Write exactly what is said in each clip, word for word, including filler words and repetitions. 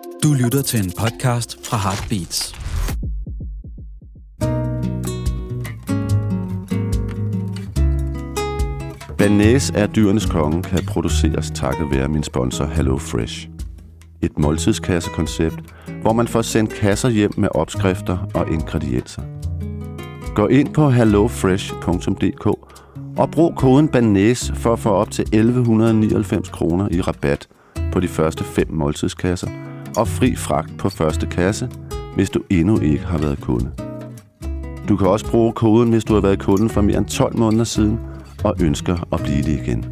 Du lytter til en podcast fra Heartbeats. Banæs er dyrenes konge kan produceres takket være min sponsor HelloFresh. Et måltidskassekoncept, hvor man får sendt kasser hjem med opskrifter og ingredienser. Gå ind på hello fresh punktum d k og brug koden BANÆS for at få op til elleve nioghalvfems kroner i rabat på de første fem måltidskasser og fri fragt på første kasse, hvis du endnu ikke har været kunde. Du kan også bruge koden, hvis du har været kunde for mere end tolv måneder siden og ønsker at blive det igen.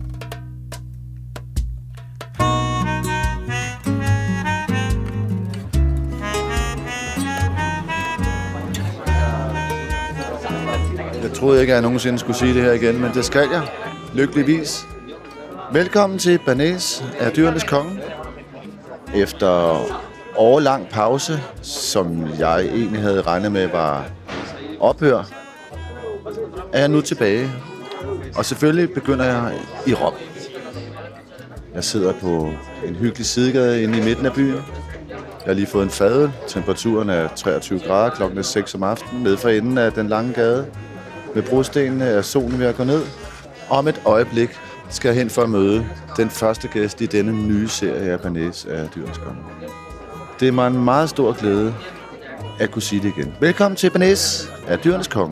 Jeg troede ikke, at jeg nogensinde skulle sige det her igen, men det skal jeg. Lykkeligvis. Velkommen til Banæs er dyrenes konge. Efter årelang pause, som jeg egentlig havde regnet med var ophør, er jeg nu tilbage. Og selvfølgelig begynder jeg i Rom. Jeg sidder på en hyggelig sidegade inde i midten af byen. Jeg har lige fået en fadøl. Temperaturen er treogtyve grader, klokken er seks om aftenen. Nede for enden af den lange gade. Med brostenene er solen ved at gå ned. Om et øjeblik skal jeg hen for at møde den første gæst i denne nye serie af Banæs af dyrenes konge. Det er mig en meget stor glæde at kunne sige det igen. Velkommen til Banæs af dyrenes konge.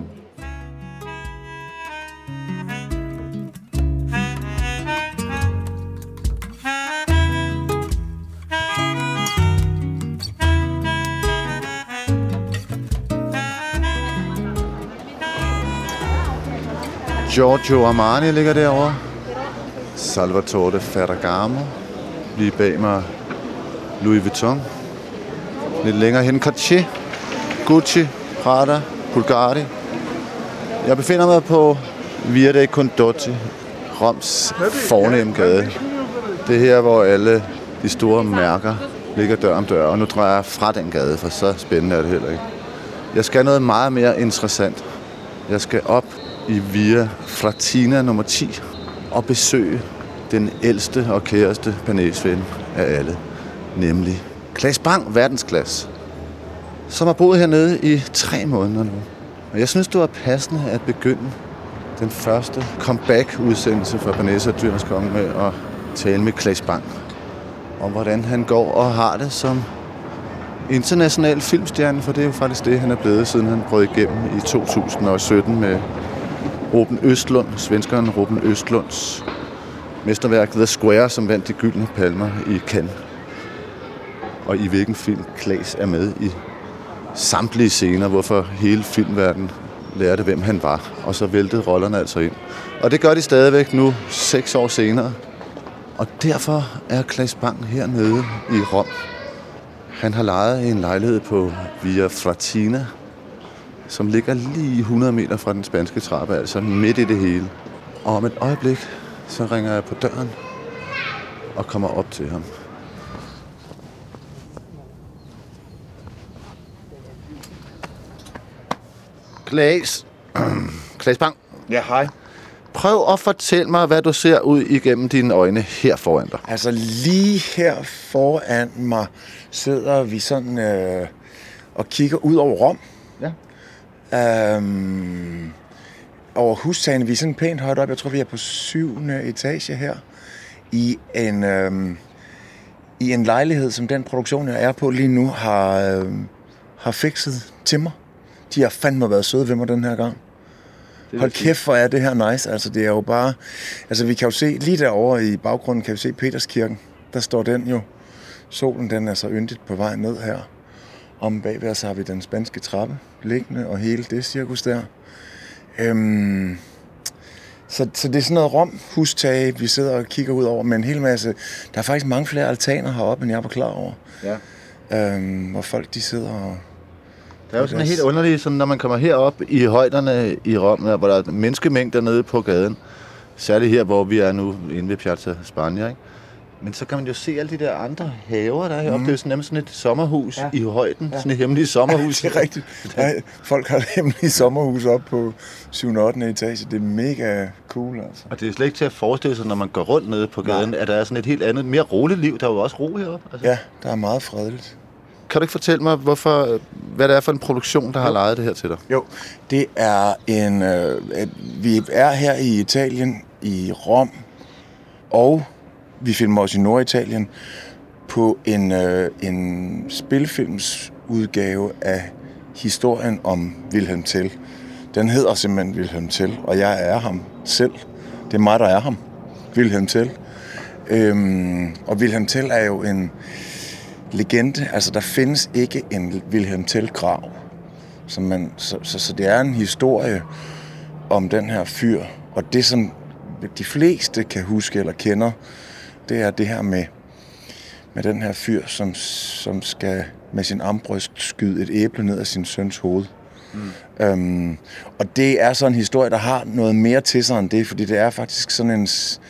Giorgio Armani ligger derovre. Salvatore Ferragamo. Lige bag mig Louis Vuitton. Lidt længere hen Cartier, Gucci, Prada, Bulgari. Jeg befinder mig på Via dei Condotti, Roms fornemme gade. Det er her, hvor alle de store mærker ligger dør om dør. Og nu drejer jeg fra den gade, for så spændende er det heller ikke. Jeg skal noget meget mere interessant. Jeg skal op i Via Fratina nummer ti og besøge den ældste og kæreste Banæsven af alle, nemlig Claes Bang, verdensklasse, som har boet hernede i tre måneder nu. Og jeg synes, det var passende at begynde den første comeback-udsendelse for Banæs af dyrenes konge med at tale med Claes Bang om, hvordan han går og har det som international filmstjerne, for det er jo faktisk det, han er blevet, siden han brød igennem i to tusind og sytten med Ruben Östlund, svenskeren Ruben Östlunds mesterværk The Square, som vandt de gyldne palmer i Cannes. Og i hvilken film Claes er med i samtlige scener, hvorfor hele filmverdenen lærte, hvem han var. Og så væltede rollerne altså ind. Og det gør de stadigvæk nu, seks år senere. Og derfor er Claes Bang hernede i Rom. Han har lejet en lejlighed på Via Fratina, som ligger lige hundrede meter fra den spanske trappe, altså midt i det hele. Og om et øjeblik, så ringer jeg på døren og kommer op til ham. Claes. Claes Bang. Ja, hej. Prøv at fortælle mig, hvad du ser ud igennem dine øjne her foran dig. Altså lige her foran mig sidder vi sådan øh, og kigger ud over Rom. Ja. Øhm, over hustagene. Vi er sådan pænt højt op. Jeg tror, vi er på syvende etage her. I en, øhm, i en lejlighed, som den produktion, jeg er på lige nu, har, øhm, har fikset til mig. De har fandme været søde ved mig den her gang. Hold kæft, hvor er det her nice. Altså, det er jo bare... Altså, vi kan jo se... Lige derovre i baggrunden kan vi se Peterskirken. Der står den jo. Solen, den er så yndigt på vej ned her. Om bagved så har vi den spanske trappe liggende, og hele det cirkus der. Øhm, så, så det er sådan noget Rom hustage, vi sidder og kigger ud over, med en hel masse... Der er faktisk mange flere altaner heroppe, end jeg var klar over. Ja. Øhm, hvor folk, de sidder og... Det er jo sådan helt underligt, sådan, når man kommer herop i højderne i Rom, hvor der er menneskemængder nede på gaden. Særligt her, hvor vi er nu inde ved Piazza Spagna, ikke? Men så kan man jo se alle de der andre haver, der er heroppe. Mm. Det er jo sådan, nærmest sådan et sommerhus ja. i højden. Ja. Sådan et hemmeligt sommerhus. Ja, det er rigtigt. Ja, folk har et hemmeligt sommerhus op på syvende og ottende etage. Det er mega cool, altså. Og det er slet ikke til at forestille sig, når man går rundt nede på gaden, Nej. at der er sådan et helt andet, mere roligt liv. Der er jo også ro heroppe. Altså. Ja, der er meget fredeligt. Kan du ikke fortælle mig, hvorfor, hvad det er for en produktion, der jo. har lejet det her til dig? Jo, det er en... Øh, vi er her i Italien, i Rom, og vi filmer også i Norditalien på en, øh, en spilfilmsudgave af historien om Wilhelm Tell. Den hedder simpelthen Wilhelm Tell, og jeg er ham selv. Det er mig, der er ham. Wilhelm Tell. Øhm, og Wilhelm Tell er jo en legende. Altså, der findes ikke en Wilhelm Tell-grav. Så, man, så, så, så det er en historie om den her fyr. Og det, som de fleste kan huske eller kender, det er det her med, med den her fyr, som, som skal med sin armbryst skyde et æble ned af sin søns hoved. Mm. Øhm, og det er så en historie, der har noget mere til sig end det, fordi det er faktisk sådan en,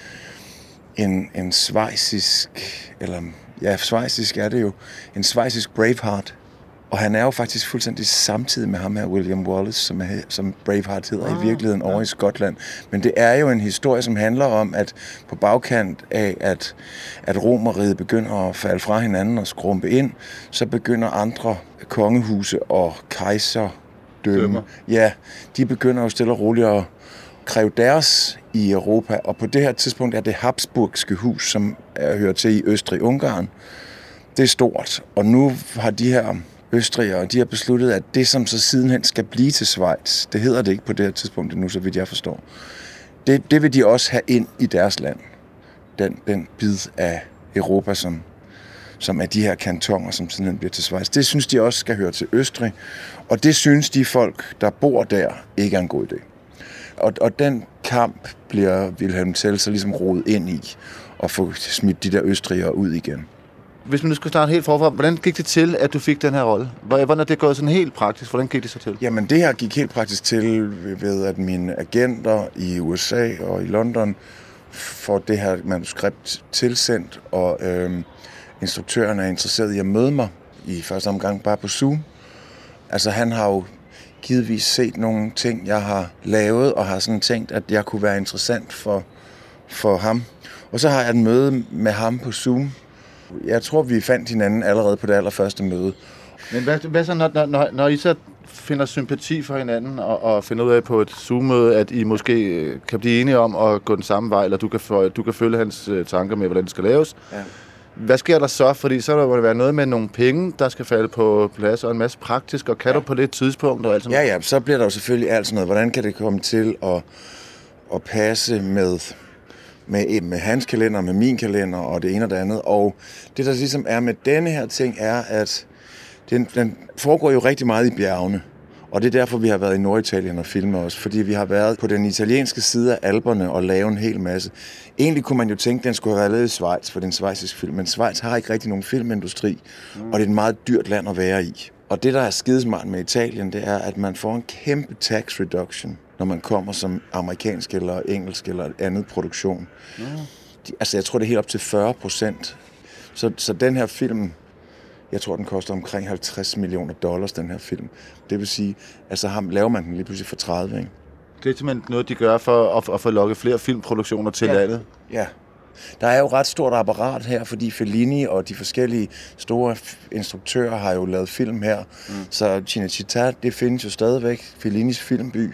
en, en schweizisk, eller ja, schweizisk er det jo, en schweizisk Braveheart. Og han er jo faktisk fuldstændig samtidig med ham her, William Wallace, som, er, som Braveheart hedder ah, i virkeligheden over ja. i Skotland. Men det er jo en historie, som handler om, at på bagkant af, at, at Romerriget begynder at falde fra hinanden og skrumpe ind, så begynder andre kongehuse og kejserdømme. Ja, de begynder jo stille og roligt at kræve deres i Europa. Og på det her tidspunkt er det Habsburgske hus, som er, hører til i Østrig-Ungarn. Det er stort. Og nu har de her Østrigere, de har besluttet, at det, som så sidenhen skal blive til Schweiz, det hedder det ikke på det her tidspunkt endnu, så vidt jeg forstår. Det, det vil de også have ind i deres land. Den, den bid af Europa, som, som er de her kantoner, som sidenhen bliver til Schweiz. Det synes de også skal høre til Østrig. Og det synes de folk, der bor der, ikke er en god idé. Og, og den kamp bliver Wilhelm Tell så ligesom rodet ind i, og få smidt de der østrigere ud igen. Hvis man nu skal starte helt forfra, hvordan gik det til, at du fik den her rolle? Hvordan er det gået sådan helt praktisk? Hvordan gik det så til? Jamen, det her gik helt praktisk til ved, at mine agenter i U S A og i London får det her manuskript tilsendt, og øh, instruktøren er interesseret i at møde mig i første omgang bare på Zoom. Altså, han har jo givetvis set nogle ting, jeg har lavet, og har sådan tænkt, at jeg kunne være interessant for, for ham. Og så har jeg et møde med ham på Zoom. Jeg tror, vi fandt hinanden allerede på det allerførste møde. Men hvad, hvad så, når, når, når I så finder sympati for hinanden og, og finder ud af på et Zoom-møde, at I måske kan blive enige om at gå den samme vej, eller du kan, for, du kan følge hans tanker med, hvordan det skal laves? Ja. Hvad sker der så? Fordi så må det være noget med nogle penge, der skal falde på plads, og en masse praktisk, og kan ja. du på det tidspunkt? Og alt sådan ja, ja, så bliver der jo selvfølgelig alt sådan noget. Hvordan kan det komme til at, at passe med... Med, med hans kalender, med min kalender og det ene og det andet. Og det, der ligesom er med denne her ting, er, at den, den foregår jo rigtig meget i bjergene. Og det er derfor, vi har været i Norditalien og filmet os. Fordi vi har været på den italienske side af Alperne og lavet en hel masse. Egentlig kunne man jo tænke, at den skulle have været lavet i Schweiz, for den schweiziske film. Men Schweiz har ikke rigtig nogen filmindustri, mm. og det er et meget dyrt land at være i. Og det, der er skidesmart med Italien, det er, at man får en kæmpe tax reduction, når man kommer som amerikansk eller engelsk eller andet produktion. Mm. De, altså, jeg tror, det er helt op til fyrre procent. Så, så den her film, jeg tror, den koster omkring halvtreds millioner dollars, den her film. Det vil sige, altså ham laver man den lige pludselig for tredive, ikke? Det er simpelthen noget, de gør for at, at få lukket flere filmproduktioner til ja. landet. Ja. Der er jo ret stort apparat her, fordi Fellini og de forskellige store instruktører har jo lavet film her. Mm. Så Cinecittà, det findes jo stadigvæk. Fellinis filmby.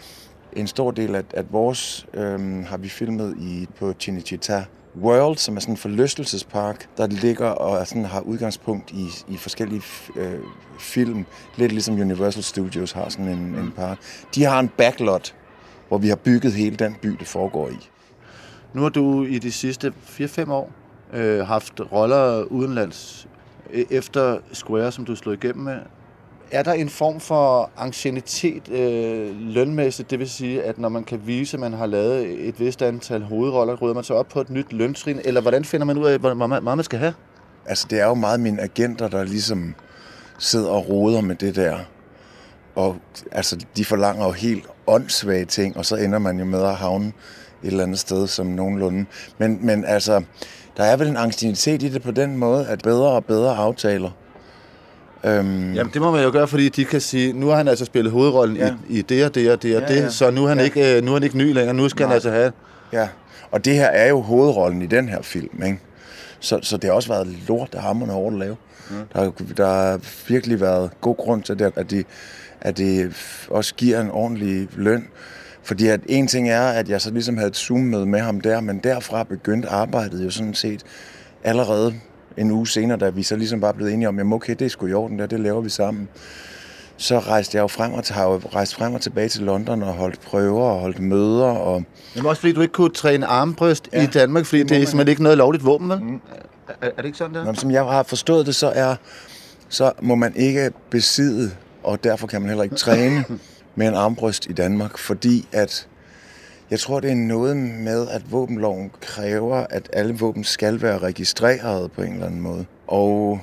En stor del af, af vores øhm, har vi filmet i, på Cinecittà World, som er sådan en forlystelsespark, der ligger og er sådan, har udgangspunkt i, i forskellige øh, film. Lidt ligesom Universal Studios har sådan en, mm. en park. De har en backlot, hvor vi har bygget hele den by, det foregår i. Nu har du i de sidste fire til fem år øh, haft roller udenlands efter Square, som du slog igennem med. Er der en form for anciennitet øh, lønmæssigt? Det vil sige, at når man kan vise, at man har lavet et vist antal hovedroller, rydder man så op på et nyt løntrin? Eller hvordan finder man ud af, hvor meget man skal have? Altså, det er jo meget mine agenter, der ligesom sidder og roder med det der. Og altså, de forlanger jo helt åndssvage ting, og så ender man jo med at havne et eller andet sted som nogenlunde. Men, men altså, der er vel en anciennitet i det på den måde, at bedre og bedre aftaler. Øhm, Jamen, det må man jo gøre, fordi de kan sige, nu har han altså spillet hovedrollen ja. i, i det og det og det og ja, det, ja. så nu er han, ja. ikke, øh, nu er han ikke ny længere, nu skal Nej. han altså have... Ja, og det her er jo hovedrollen i den her film, ikke? Så, så det har også været lort af hammerne hårdt at lave. Mm. Der, der har virkelig været god grund til det, at de, at de også giver en ordentlig løn. Fordi at en ting er, at jeg så ligesom havde et Zoom-møde med ham der, men derfra begyndte arbejdet jo sådan set allerede en uge senere, da vi så ligesom bare blev enige om, jamen okay, det er sgu i orden der, det laver vi sammen. Så rejste jeg jo frem og, har jo rejst frem og tilbage til London og holdt prøver og holdt møder. Og... Men også fordi du ikke kunne træne armbryst ja, i Danmark, fordi det, det er simpelthen ikke noget lovligt våben, vel? Mm. Er, er det ikke sådan der? Nå, som jeg har forstået det, så er så må man ikke besidde, og derfor kan man heller ikke træne med en armbryst i Danmark, fordi at jeg tror, det er noget med, at våbenloven kræver, at alle våben skal være registreret på en eller anden måde. Og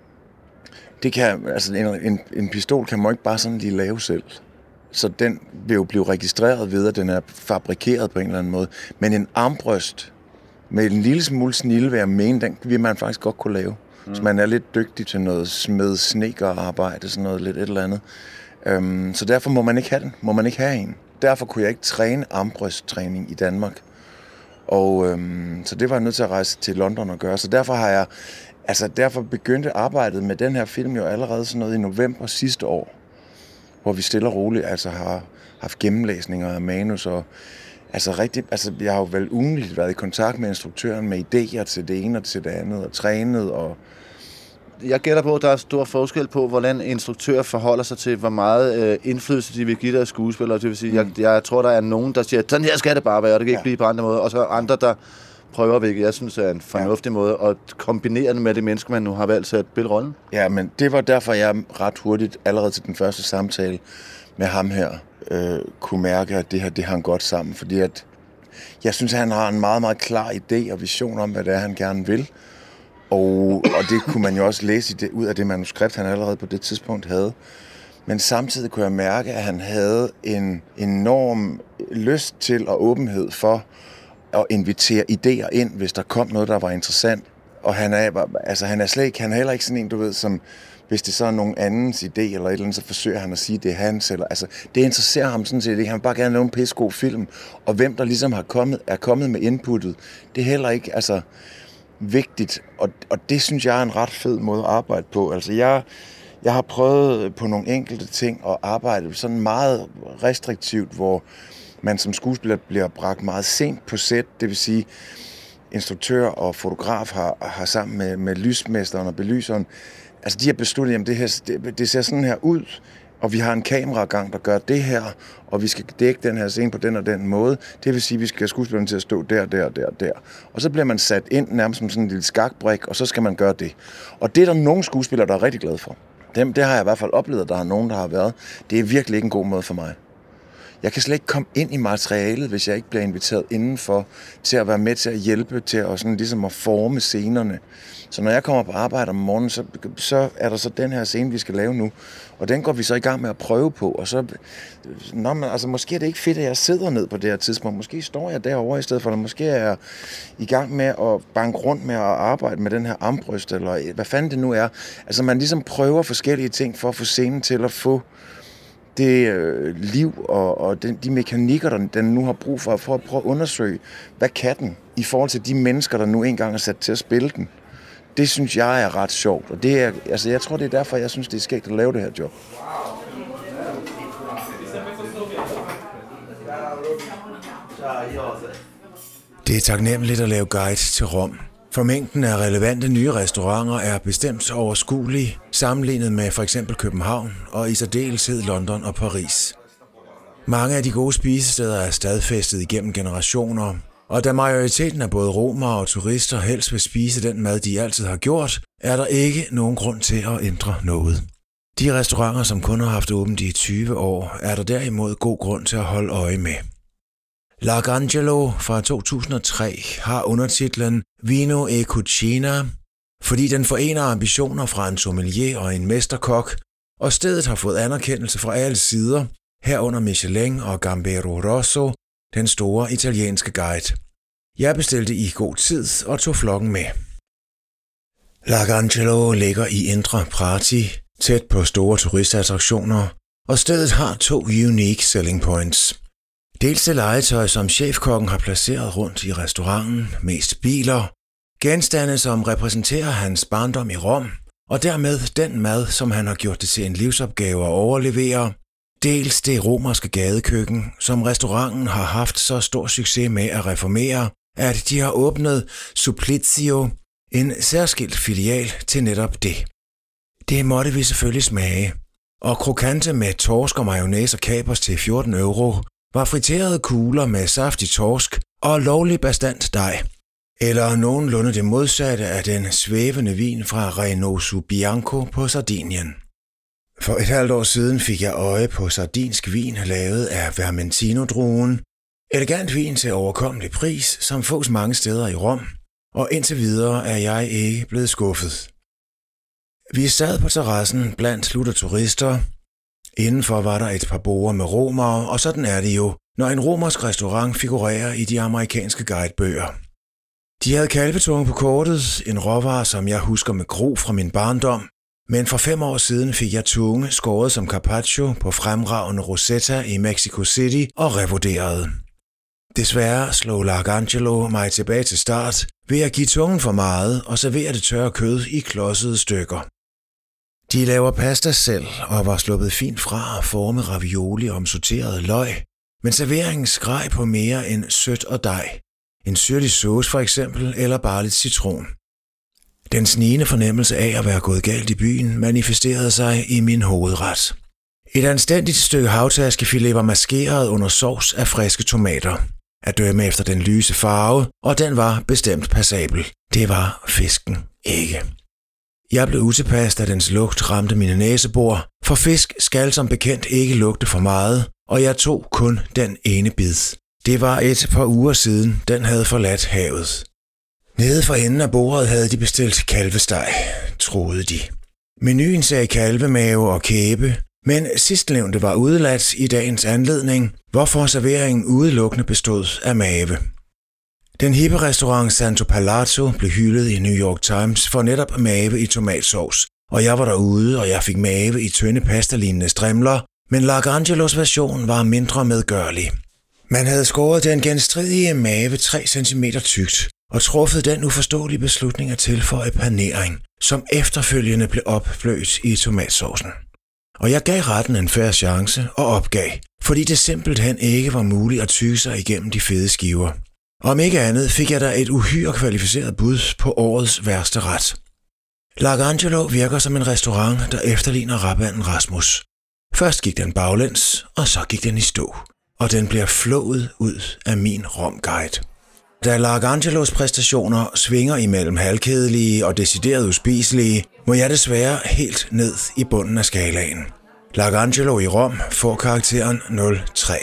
det kan, altså en, en, en pistol kan man ikke bare sådan lige lave selv. Så den vil jo blive registreret ved, at den er fabrikeret på en eller anden måde. Men en armbryst med en lille smule snilde, vil jeg mene, den vil man faktisk godt kunne lave. Mm. Så man er lidt dygtig til noget smed, snedkerarbejde, sådan noget lidt et eller andet. Um, så derfor må man ikke have den. Må man ikke have en. Derfor kunne jeg ikke træne armbrysttræning i Danmark. Og øhm, så det var jeg nødt til at rejse til London og gøre. Så derfor har jeg, altså derfor begyndte arbejdet med den her film jo allerede sådan noget i november sidste år, hvor vi stille og roligt altså har haft gennemlæsninger af manus og altså rigtig, altså jeg har jo vel ugenligt været i kontakt med instruktøren med idéer til det ene og til det andet og trænet og Jeg gætter på, at der er stor forskel på, hvordan instruktører forholder sig til, hvor meget øh, indflydelse de vil give deres skuespillere. Det vil sige, mm. jeg, jeg tror, der er nogen, der siger, sådan her skal det bare være, og det kan ikke ja. blive på andre måder. Og så andre, der prøver, hvilket jeg synes er en fornuftig ja. måde, at kombinere det med det menneske, man nu har valgt til at spille rollen. Ja, men det var derfor, jeg ret hurtigt, allerede til den første samtale med ham her, øh, kunne mærke, at det her, det hang godt sammen. Fordi at jeg synes, at han har en meget, meget klar idé og vision om, hvad det er, han gerne vil. Og, og det kunne man jo også læse i det, ud af det manuskript, han allerede på det tidspunkt havde. Men samtidig kunne jeg mærke, at han havde en enorm lyst til og åbenhed for at invitere idéer ind, hvis der kom noget, der var interessant. Og han er, altså, han er slet ikke, han er heller ikke sådan en, du ved, som hvis det så er nogen andens idé eller et eller andet, så forsøger han at sige, det er hans. Eller, altså, det interesserer ham sådan set ikke. Han vil bare gerne lave en pissegod film. Og hvem der ligesom har kommet, er kommet med inputtet, det er heller ikke, altså... vigtigt, og, og det synes jeg er en ret fed måde at arbejde på. Altså jeg, jeg har prøvet på nogle enkelte ting at arbejde sådan meget restriktivt, hvor man som skuespiller bliver bragt meget sent på set, det vil sige instruktør og fotograf har, har sammen med, med lysmesteren og belyseren, altså de har besluttet, at det, her, det, det ser sådan her ud, og vi har en kameragang, der gør det her, og vi skal dække den her scene på den og den måde. Det vil sige, at vi skal have skuespilleren til at stå der, der, der, der. Og så bliver man sat ind nærmest som sådan en lille skakbrik, og så skal man gøre det. Og det er der nogle skuespillere, der er rigtig glade for. Dem, det har jeg i hvert fald oplevet, at der er nogen, der har været. Det er virkelig ikke en god måde for mig. Jeg kan slet ikke komme ind i materialet, hvis jeg ikke bliver inviteret indenfor til at være med til at hjælpe til at, sådan, ligesom at forme scenerne. Så når jeg kommer på arbejde om morgenen, så, så er der så den her scene, vi skal lave nu. Og den går vi så i gang med at prøve på. Og så, nå, men, altså, måske er det ikke fedt, at jeg sidder ned på det her tidspunkt. Måske står jeg derovre i stedet for, eller måske er jeg i gang med at banke rundt med at arbejde med den her armbryst, eller hvad fanden det nu er. Altså man ligesom prøver forskellige ting for at få scenen til at få det øh, liv og, og den, de mekanikker, der den nu har brug for, for at prøve at undersøge, hvad kan den i forhold til de mennesker, der nu engang er sat til at spille den. Det synes jeg er ret sjovt, og det er, altså jeg tror, det er derfor, jeg synes, det er skægt at lave det her job. Det er taknemmeligt at lave guide til Rom, for mængden af relevante nye restauranter er bestemt overskuelig, sammenlignet med for eksempel København og i særdeleshed London og Paris. Mange af de gode spisesteder er stadfæstet igennem generationer, og da majoriteten af både romere og turister helst vil spise den mad, de altid har gjort, er der ikke nogen grund til at ændre noget. De restauranter, som kun har haft åbent i tyve år, er der derimod god grund til at holde øje med. L'Arcangelo fra to tusind og tre har undertitlen Vino e Cucina, fordi den forener ambitioner fra en sommelier og en mesterkok, og stedet har fået anerkendelse fra alle sider, herunder Michelin og Gambero Rosso, den store italienske guide. Jeg bestilte i god tid og tog flokken med. L'Arcangelo ligger i Indre Prati, tæt på store turistattraktioner, og stedet har to unique selling points. Dels det legetøj, som chefkokken har placeret rundt i restauranten, mest biler, genstande, som repræsenterer hans barndom i Rom, og dermed den mad, som han har gjort det til en livsopgave at overlevere, dels det romerske gadekøkken, som restauranten har haft så stor succes med at reformere, at de har åbnet Supplizio, en særskilt filial til netop det. Det måtte vi selvfølgelig smage, og krokante med torsk og mayonnaise og kapers til fjorten euro, var friterede kugler med saftig torsk og lovlig bastant dej, eller nogenlunde det modsatte af den svævende vin fra Reynoso Bianco på Sardinien. For et halvt år siden fik jeg øje på sardinsk vin lavet af Vermentino-druen, elegant vin til overkommelig pris, som fås mange steder i Rom, og indtil videre er jeg ikke blevet skuffet. Vi sad på terrassen blandt lutter turister. Indenfor var der et par borde med romere, og sådan er det jo, når en romersk restaurant figurerer i de amerikanske guidebøger. De havde kalvetunge på kortet, en råvare, som jeg husker med gro fra min barndom, men for fem år siden fik jeg tunge skåret som carpaccio på fremragende Rosetta i Mexico City og revurderet. Desværre slog L'Arcangelo mig tilbage til start ved at give tungen for meget og servere det tørre kød i klodsede stykker. De laver pasta selv og var sluppet fint fra at forme ravioli om sorteret løg, men serveringen skreg på mere end sødt og dej. En syrlig sauce for eksempel, eller bare lidt citron. Den snigende fornemmelse af at være gået galt i byen manifesterede sig i min hovedret. Et anstændigt stykke havtaskefilet var maskeret under sovs af friske tomater. At dømme efter den lyse farve, og den var bestemt passabel. Det var fisken ikke. Jeg blev utilpas, da dens lugt ramte mine næsebor, for fisk skal som bekendt ikke lugte for meget, og jeg tog kun den ene bid. Det var et par uger siden, den havde forladt havet. Nede for enden af bordet havde de bestilt kalvesteg, troede de. Menuen sagde kalvemave og kæbe, men sidstnævnte var udeladt i dagens anledning, hvorfor serveringen udelukkende bestod af mave. Den hippe restaurant Santo Palazzo blev hyldet i New York Times for netop mave i tomatsovs, og jeg var derude, og jeg fik mave i tynde pastalignende strimler, men L'Arcangelos version var mindre medgørlig. Man havde skåret den genstridige mave tre centimeter tykt og truffet den uforståelige beslutning at tilføje panering, som efterfølgende blev opblødt i tomatsovsen. Og jeg gav retten en fair chance og opgav, fordi det simpelthen ikke var muligt at tygge sig igennem de fede skiver. Om ikke andet fik jeg da et uhyre kvalificeret bud på årets værste ret. L'Arcangelo virker som en restaurant, der efterligner rapanden Rasmus. Først gik den baglæns, og så gik den i stå, og den bliver flået ud af min romguide. Da L'Arcangelos præstationer svinger imellem halvkedelige og decideret uspiselige, må jeg desværre helt ned i bunden af skalaen. L'Arcangelo i Rom får karakteren nul komma tre.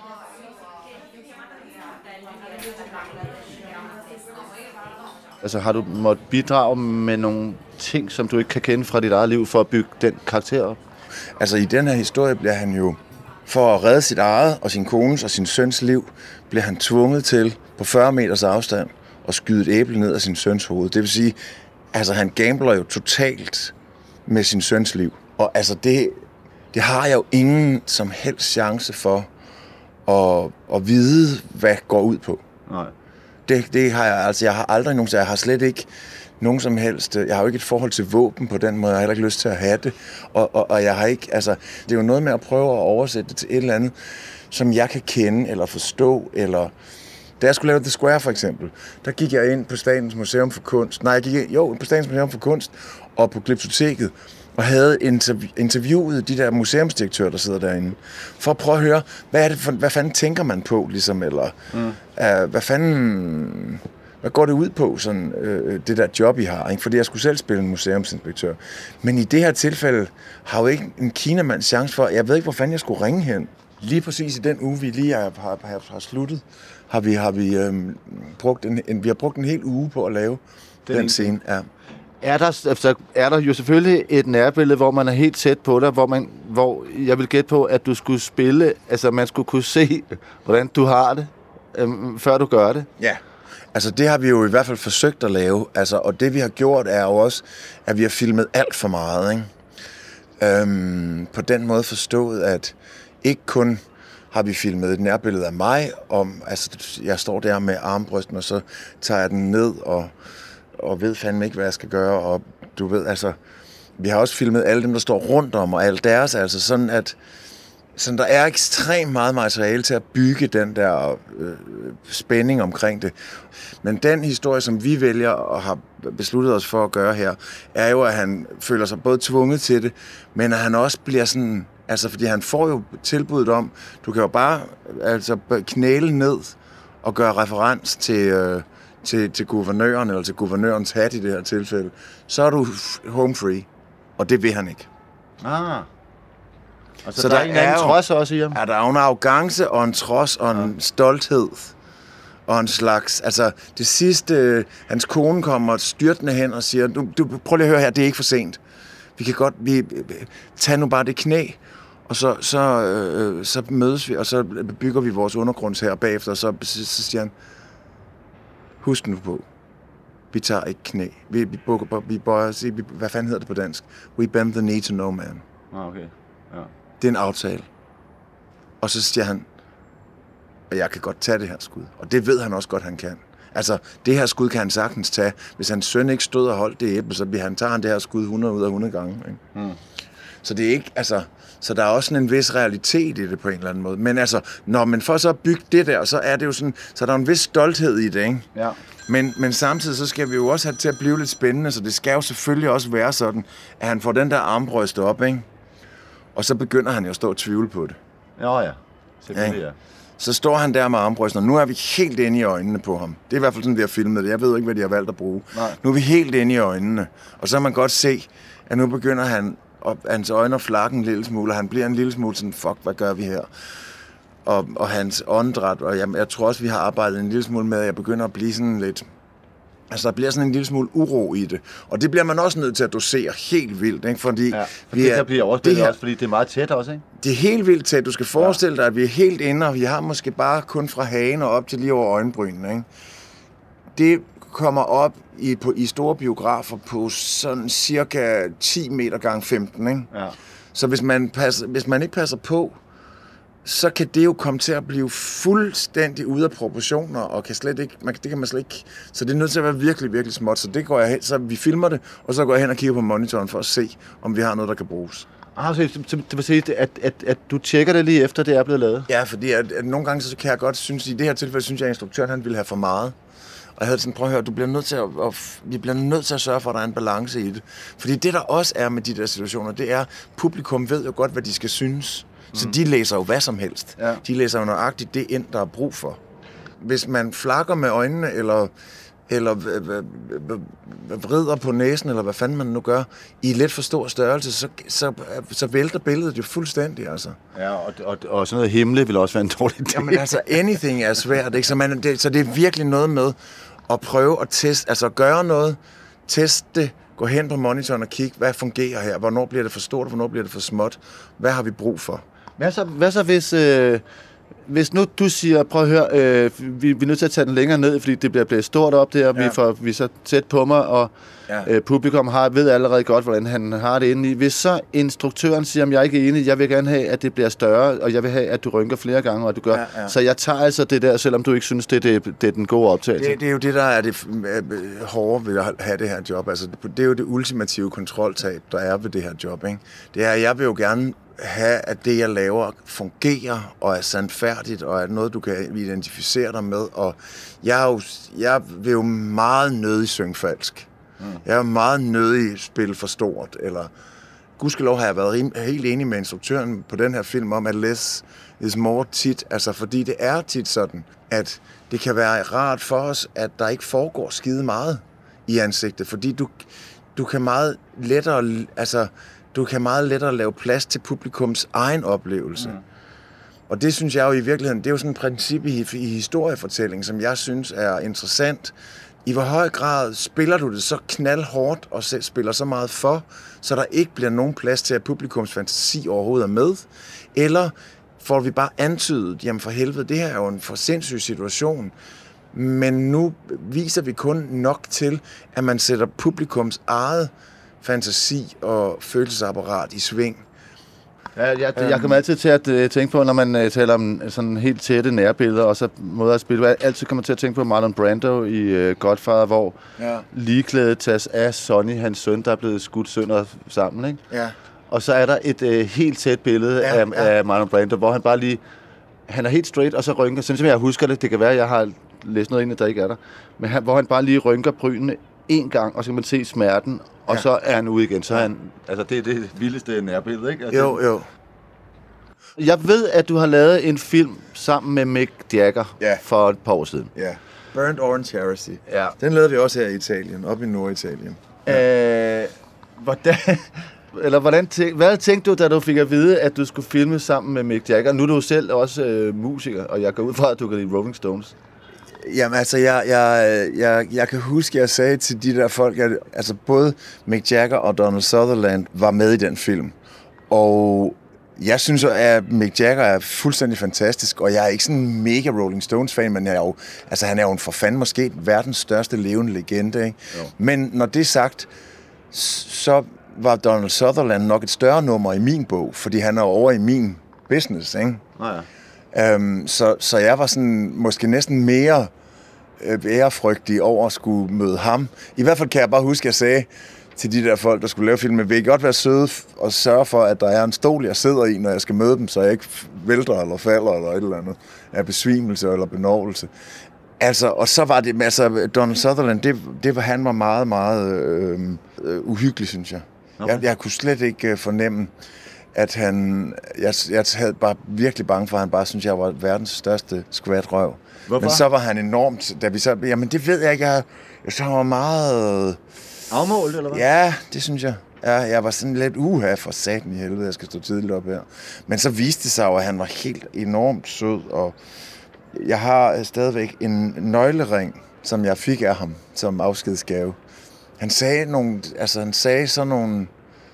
Altså har du måttet bidrage med nogle ting, som du ikke kan kende fra dit eget liv, for at bygge den karakter op? Altså i den her historie bliver han jo, for at redde sit eget og sin kones og sin søns liv, bliver han tvunget til på fyrre meters afstand at skyde et æble ned af sin søns hoved. Det vil sige, altså han gambler jo totalt med sin søns liv. Og altså det, det har jeg jo ingen som helst chance for at, at vide, hvad går ud på. Nej. Det, det har jeg, altså jeg har aldrig nogen, så jeg har slet ikke nogen som helst, jeg har jo ikke et forhold til våben på den måde, jeg har heller ikke lyst til at have det, og, og, og jeg har ikke, altså, det er jo noget med at prøve at oversætte det til et eller andet, som jeg kan kende, eller forstå, eller, da jeg skulle lave The Square for eksempel, der gik jeg ind på Statens Museum for Kunst, nej, jeg gik ind, jo, på Statens Museum for Kunst, og på Glyptoteket, og havde interv- interviewet de der museumsdirektører, der sidder derinde, for at prøve at høre, hvad er det for, hvad fanden tænker man på, ligesom, eller, mm. uh, hvad fanden, hvad går det ud på, sådan, øh, det der job, I har, ikke? Fordi jeg skulle selv spille en museumsinspektør. Men i det her tilfælde har jo ikke en kinamand chance for, jeg ved ikke, hvor fanden jeg skulle ringe hen. Lige præcis i den uge, vi lige har, har, har, har sluttet, har vi, har vi, øhm, brugt en, en, vi har brugt en hel uge på at lave den, den scene. Ja. Er der, altså, er der jo selvfølgelig et nærbillede, hvor man er helt tæt på dig, hvor, man, hvor jeg vil gætte på, at du skulle spille, altså man skulle kunne se, hvordan du har det, øhm, før du gør det. Ja. Altså, det har vi jo i hvert fald forsøgt at lave. Altså, og det, vi har gjort, er jo også, at vi har filmet alt for meget, ikke? Øhm, på den måde forstået, at ikke kun har vi filmet et nærbillede af mig, om, altså, jeg står der med armbrysten, og så tager jeg den ned, og, og ved fandme ikke, hvad jeg skal gøre, og du ved, altså, vi har også filmet alle dem, der står rundt om, og alt deres, altså sådan, at sådan, der er ekstremt meget materiale til at bygge den der øh, spænding omkring det. Men den historie, som vi vælger og har besluttet os for at gøre her, er jo, at han føler sig både tvunget til det, men at han også bliver sådan, altså fordi han får jo tilbuddet om, du kan jo bare altså knæle ned og gøre referens til, øh, til, til guvernøren, eller til guvernørens hat i det her tilfælde, så er du home free, og det vil han ikke. Ah. Altså, så der, der er en anden jo, trods også i ham? Er der jo en arrogance og en trods og en ja. stolthed og en slags, altså det sidste, hans kone kommer styrtende hen og siger, du, du prøv lige at høre her, det er ikke for sent. Vi kan godt, vi, tag nu bare det knæ, og så, så, øh, så mødes vi, og så bygger vi vores undergrunds her bagefter, og så, så, så siger han, husk nu på, vi tager ikke knæ. Vi, vi, bukker, vi bøjer, vi, hvad fanden hedder det på dansk? We bend the knee to no man. Ah, okay. Ja. Det er en aftale. Og så siger han, at jeg kan godt tage det her skud. Og det ved han også godt, han kan. Altså, det her skud kan han sagtens tage. Hvis hans søn ikke stod og holdt det æble, så han tager han det her skud hundrede ud af hundrede gange. Ikke? Mm. Så det er ikke, altså, så der er også sådan en vis realitet i det på en eller anden måde. Men altså, når man får så bygget det der, så er det jo sådan, så der er en vis stolthed i det, ikke? Ja. Men, men samtidig så skal vi jo også have det til at blive lidt spændende, så det skal jo selvfølgelig også være sådan, at han får den der armbryst op, ikke? Og så begynder han jo at stå og tvivle på det. Ja, ja. Selvfølgelig, ja. Så står han der med armbrysten, og nu er vi helt inde i øjnene på ham. Det er i hvert fald sådan, vi har filmet det. Jeg ved ikke, hvad de har valgt at bruge. Nej. Nu er vi helt inde i øjnene. Og så kan man godt se, at nu begynder han, og hans øjne at flakke en lille smule, og han bliver en lille smule sådan, fuck, hvad gør vi her? Og, og hans åndedræt, og jeg, jeg tror også, vi har arbejdet en lille smule med, at jeg begynder at blive sådan lidt... Altså, der bliver sådan en lille smule uro i det. Og det bliver man også nødt til at dosere helt vildt, ikke? Fordi ja, for vi det er, kan blive overspillet også, fordi det er meget tæt også, ikke? Det er helt vildt tæt. Du skal forestille dig, at vi er helt inde, og vi har måske bare kun fra hagen og op til lige over øjenbrynene, ikke? Det kommer op i, på, i store biografer på sådan cirka ti meter gange femten, ikke? Ja. Så hvis man, passer, hvis man ikke passer på, så kan det jo komme til at blive fuldstændig ude af proportioner, og kan slet ikke, man, det kan man slet ikke, så det er nødt til at være virkelig, virkelig småt, så det går jeg hen, så vi filmer det, og så går jeg hen og kigger på monitoren for at se, om vi har noget, der kan bruges. Ah, så det vil sige, at, at, at du tjekker det lige efter, det er blevet lavet? Ja, fordi at, at nogle gange, så kan jeg godt synes, i det her tilfælde, synes jeg, at instruktøren, han ville have for meget. Og jeg havde sådan, prøv at høre, du bliver nødt til at, at, vi bliver nødt til at sørge for, at der er en balance i det. Fordi det, der også er med de der situationer, det er, publikum ved jo godt, hvad de skal synes. Så de læser jo hvad som helst. Ja. De læser jo nøjagtigt det ind, der er brug for. Hvis man flakker med øjnene, eller, eller vrider på næsen, eller hvad fanden man nu gør, i lidt for stor størrelse, så, så, så vælter billedet jo fuldstændig, altså. Ja, og, og, og sådan noget himle vil også være en dårlig idé. Jamen altså, anything er svært, ikke? Så, man, det, så det er virkelig noget med at prøve at teste, altså gøre noget, teste det, gå hen på monitoren og kigge, hvad fungerer her, hvornår bliver det for stort, hvornår bliver det for småt, hvad har vi brug for? Hvad så, hvad så hvis, øh, hvis nu du siger, prøv at høre, øh, vi, vi er nødt til at tage den længere ned, fordi det bliver, bliver stort op der, og ja. vi, får, vi er så tæt på mig, og ja. øh, publikum har, ved allerede godt, hvordan han har det inde i. Hvis så instruktøren siger, at jeg ikke er enig, jeg vil gerne have, at det bliver større, og jeg vil have, at du rynker flere gange, og at du gør. Ja, ja. Så jeg tager altså det der, selvom du ikke synes, det, det, det er den gode optagelse. Det, det er jo det, der er det hårde ved at have det her job. Altså, det er jo det ultimative kontroltab, der er ved det her job, ikke? Det er, jeg vil jo gerne have, at det, jeg laver, fungerer og er sandfærdigt, og er noget, du kan identificere dig med. Og jeg, er jo, jeg vil jo meget nødig synge falsk. Mm. Jeg er meget nødig spille for stort. Eller, gudskelov har jeg været helt enig med instruktøren på den her film om, at less is more tit. Altså, fordi det er tit sådan, at det kan være rart for os, at der ikke foregår skide meget i ansigtet. Fordi du, du kan meget lettere... Altså, Du kan meget lettere lave plads til publikums egen oplevelse. Mm. Og det synes jeg jo i virkeligheden, det er jo sådan et princip i, i historiefortælling, som jeg synes er interessant. I hvor høj grad spiller du det så knaldhårdt og selv spiller så meget for, så der ikke bliver nogen plads til, at publikums fantasi overhovedet er med? Eller får vi bare antydet, jamen for helvede, det her er jo en for sindssyg situation. Men nu viser vi kun nok til, at man sætter publikums eget fantasi og følelsesapparat i sving. Ja, jeg, jeg kommer altid til at uh, tænke på, når man uh, taler om sådan helt tætte nærbilleder, og så måder at spille. Jeg altid kommer til at tænke på Marlon Brando i uh, Godfather, hvor ja. ligeklædet tages af Sonny, hans søn, der er blevet skudt sønder sammen, ikke? Ja. Og så er der et uh, helt tæt billede ja, af, ja. af Marlon Brando, hvor han bare lige... Han er helt straight, og så rynker, sådan som jeg husker det, det kan være, at jeg har læst noget ind, der ikke er der, men han, hvor han bare lige rynker brynene en gang, og så kan man se smerten, og ja. så er han ude igen. Så er han, altså det er det vildeste nærbillede, ikke? Altså, jo, jo. Jeg ved, at du har lavet en film sammen med Mick Jagger ja. for et par år siden. Ja, Burnt Orange Heresy. Ja. Den lavede vi også her i Italien, op i Norditalien. Ja. Øh, hvordan, eller hvordan tænk, hvad tænkte du, da du fik at vide, at du skulle filme sammen med Mick Jagger? Nu er du selv også øh, musiker, og jeg går ud fra, at du kan lide Rolling Stones. Jamen altså, jeg, jeg, jeg, jeg kan huske, at jeg sagde til de der folk, at altså, både Mick Jagger og Donald Sutherland var med i den film. Og jeg synes, at Mick Jagger er fuldstændig fantastisk, og jeg er ikke sådan en mega Rolling Stones-fan, men jeg er jo, altså, han er jo en for fanden måske verdens største levende legende. Ikke? Men når det er sagt, så var Donald Sutherland nok et større nummer i min bog, fordi han er over i min business, ikke? Ah, ja. Um, så, så jeg var sådan måske næsten mere øh, ærefrygtig over at skulle møde ham. I hvert fald kan jeg bare huske, at jeg sagde til de der folk, der skulle lave filmen, vil I godt være søde og sørge for, at der er en stol, jeg sidder i, når jeg skal møde dem, så jeg ikke vælter eller falder eller et eller andet af besvimelse eller benovelse. Altså, og så var det, altså Donald Sutherland, det, det var, han var meget, meget øh, øh, uhyggelig, synes jeg. Okay. jeg. Jeg kunne slet ikke øh, fornemme, at han, jeg, jeg havde bare virkelig bange for, at han bare synes, jeg var verdens største skvatrøv. Hvorfor? Men så var han enormt, da vi så, jamen det ved jeg ikke, jeg, jeg så han var meget... Afmålt, eller hvad? Ja, det synes jeg. Ja, jeg var sådan lidt uha for satan i helvede, jeg skal stå tidligt op her. Men så viste det sig jo, at han var helt enormt sød, og jeg har stadigvæk en nøglering, som jeg fik af ham som afskedsgave. Han sagde nogle, altså han sagde sådan nogle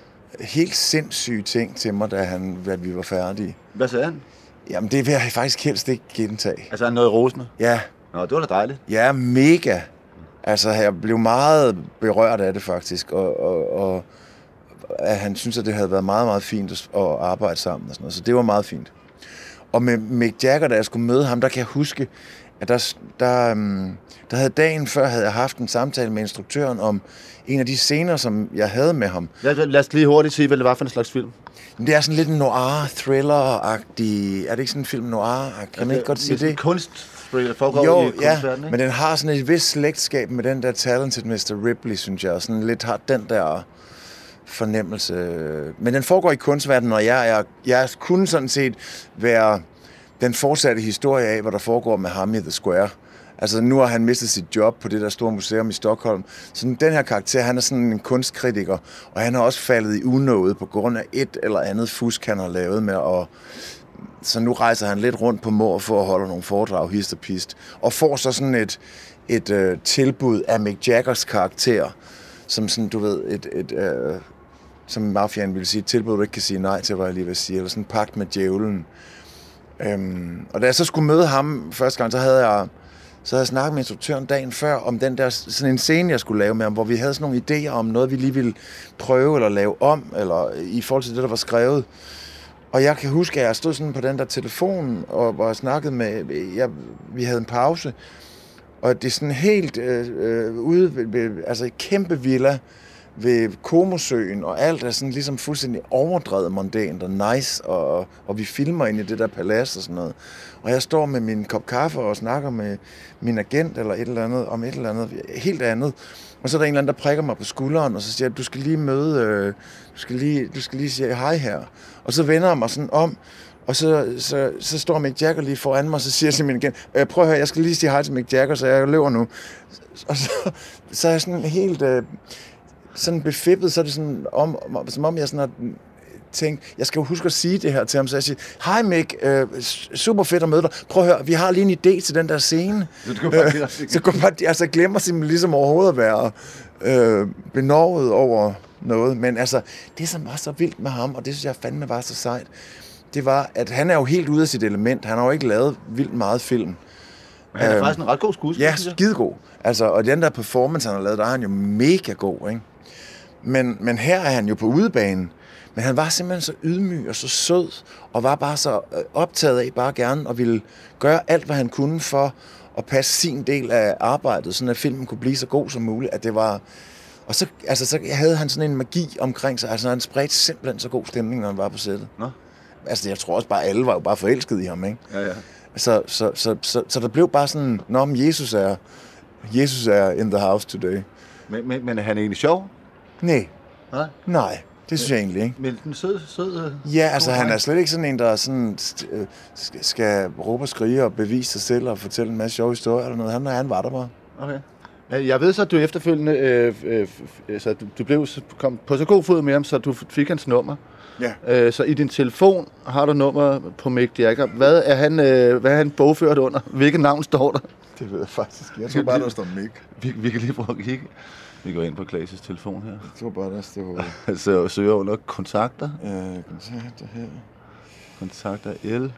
helt sindssyge ting til mig, da, han, da vi var færdige. Hvad sagde han? Jamen, det vil jeg faktisk helst ikke gentage. Altså han noget rosende? Ja. Nå, det var da dejligt. Ja, mega. Altså, jeg blev meget berørt af det faktisk, og, og, og at han synes, at det havde været meget, meget fint at arbejde sammen og sådan noget, så det var meget fint. Og med Mick Jagger, da jeg skulle møde ham, der kan jeg huske, at der, der, der havde dagen før, havde jeg haft en samtale med instruktøren om en af de scener, som jeg havde med ham. Lad, lad os lige hurtigt sige, hvad det var for en slags film. Det er sådan lidt en noir-thriller-agtig. Er det ikke sådan en film noir-agtig? Kan man ikke godt sige det? Kunst-thriller foregår jo, i kunstverden, ja, men den har sådan et vist slægtskab med den der Talented mister Ripley, synes jeg. Sådan lidt har den der fornemmelse. Men den foregår i kunstverdenen, og jeg, jeg, jeg kunne sådan set være den fortsatte historie af, hvad der foregår med ham i The Square. Altså, nu har han mistet sit job på det der store museum i Stockholm. Så den her karakter, han er sådan en kunstkritiker, og han har også faldet i unåde på grund af et eller andet fusk, han har lavet med at... Så nu rejser han lidt rundt på mor for at holde nogle foredrag, hist og pist, og får så sådan et, et øh, tilbud af Mick Jaggers karakter, som sådan, du ved, et... et øh, som mafiaen ville sige, et tilbud, du ikke kan sige nej til, hvad jeg lige vil sige, eller sådan en pagt med djævlen. Øhm, og da jeg så skulle møde ham første gang, så havde jeg... Så havde jeg snakket med instruktøren dagen før om den der, sådan en scene, jeg skulle lave med ham, hvor vi havde sådan nogle idéer om noget, vi lige ville prøve eller lave om, eller i forhold til det, der var skrevet. Og jeg kan huske, at jeg stod sådan på den der telefon, og var snakket med, jeg, vi havde en pause, og det er sådan helt øh, øh, ude ved, ved, altså et kæmpe villa ved Comosøen, og alt er sådan ligesom fuldstændig overdrevet mondænt og nice, og, og vi filmer ind i det der palads og sådan noget. Og jeg står med min kop kaffe og snakker med min agent eller et eller andet, om et eller andet helt andet. Og så er der en eller anden, der prikker mig på skulderen, og så siger jeg, du skal lige møde, øh, du skal lige, du skal lige sige hej her. Og så vender jeg mig sådan om, og så, så, så står Mick Jagger lige foran mig, og så siger jeg til min agent, øh, prøv at høre, jeg skal lige sige hej til Mick Jagger, så jeg løber nu. Og så, så er jeg sådan helt... Øh, sådan befippet, så er det sådan, om, som om jeg sådan har tænkt, jeg skal jo huske at sige det her til ham, så jeg siger, hej Mick, øh, super fedt at møde dig, prøv at høre, vi har lige en idé til den der scene. Øh, så går bare, altså glemmer simpelthen ligesom overhovedet at være øh, benovet over noget, men altså, det som var så vildt med ham, og det synes jeg fandme var så sejt, det var, at han er jo helt ude af sit element, han har jo ikke lavet vildt meget film, Han er Øhm, faktisk en ret god skuespiller. Ja, skidegod. Altså, og den der performance, han har lavet, der er han jo mega god, ikke? Men, men her er han jo på udebanen. Men han var simpelthen så ydmyg og så sød, og var bare så optaget af bare gerne at ville gøre alt, hvad han kunne for at passe sin del af arbejdet, sådan at filmen kunne blive så god som muligt, at det var... Og så, altså, så havde han sådan en magi omkring sig, altså han spredte simpelthen så god stemning, når han var på sættet. Nå. Altså, jeg tror også bare, alle var jo bare forelskede i ham, ikke? Ja, ja. Så, så, så, så, så der blev bare sådan, nå, men Jesus er, Jesus er in the house today. Men, men, men er han egentlig sjov? Nej, Nej. nej, det synes jeg egentlig ikke. Men den sød, sød... Ja, altså han er slet ikke sådan en, der sådan, øh, skal, skal råbe og skrige og bevise sig selv og fortælle en masse sjove historier eller noget. Han, han var der bare. Okay. Jeg ved så, at du efterfølgende, øh, øh, så du, du blev kom på så god fod med ham, så du fik hans nummer. Ja. Øh, så i din telefon har du nummer på Mick Jagger. Hvad er han, øh, hvad er han bogført under? Hvilket navn står der? Det ved jeg faktisk. Jeg tror bare, der står Mick. Vi, vi kan lige prøve at kigge. Vi går ind på Klaas' telefon her. Jeg tror bare, der står... Så søger under kontakter. Øh, kontakter her. Kontakter L.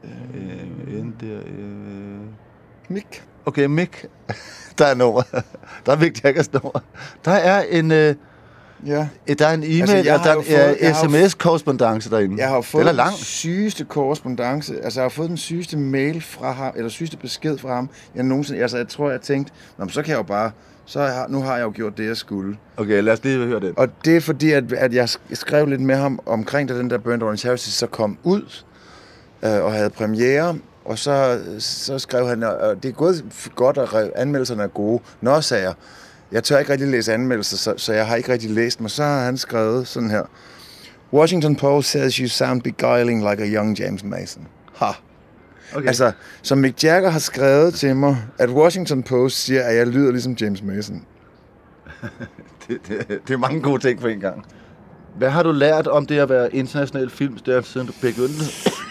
Øh, N der... Øh... Mick. Okay, Mick. Der er nummer. Der er Mick Jaggers nummer. Der er en... Øh... Ja. Der er en e-mail, Altså, jeg og der har jo fået- er jeg har jo- sms-korrespondance derinde. Jeg har jo fået Den er den lang. sygeste korrespondance, altså jeg har fået den sygeste mail fra ham, eller sygeste besked fra ham, jeg nogensinde, altså jeg tror, jeg tænkte, nå, men så kan jeg jo bare, så har, nu har jeg jo gjort det, jeg skulle. Okay, lad os lige høre den. Og det er fordi, at, at jeg skrev lidt med ham omkring, da den der Burnt Orange Heritage så kom ud, øh, og havde premiere, og så, så skrev han, og det er gået godt, og anmeldelserne er gode. Nå, sagde jeg, jeg tør ikke rigtig læse anmeldelser, så, så jeg har ikke rigtig læst dem. Så har han skrevet sådan her. Washington Post says you sound beguiling like a young James Mason. Ha. Okay. Altså, som Mick Jagger har skrevet til mig, at Washington Post siger, at jeg lyder ligesom James Mason. det, det, det er mange gode ting på en gang. Hvad har du lært om det at være international filmstjerne, siden du begyndte?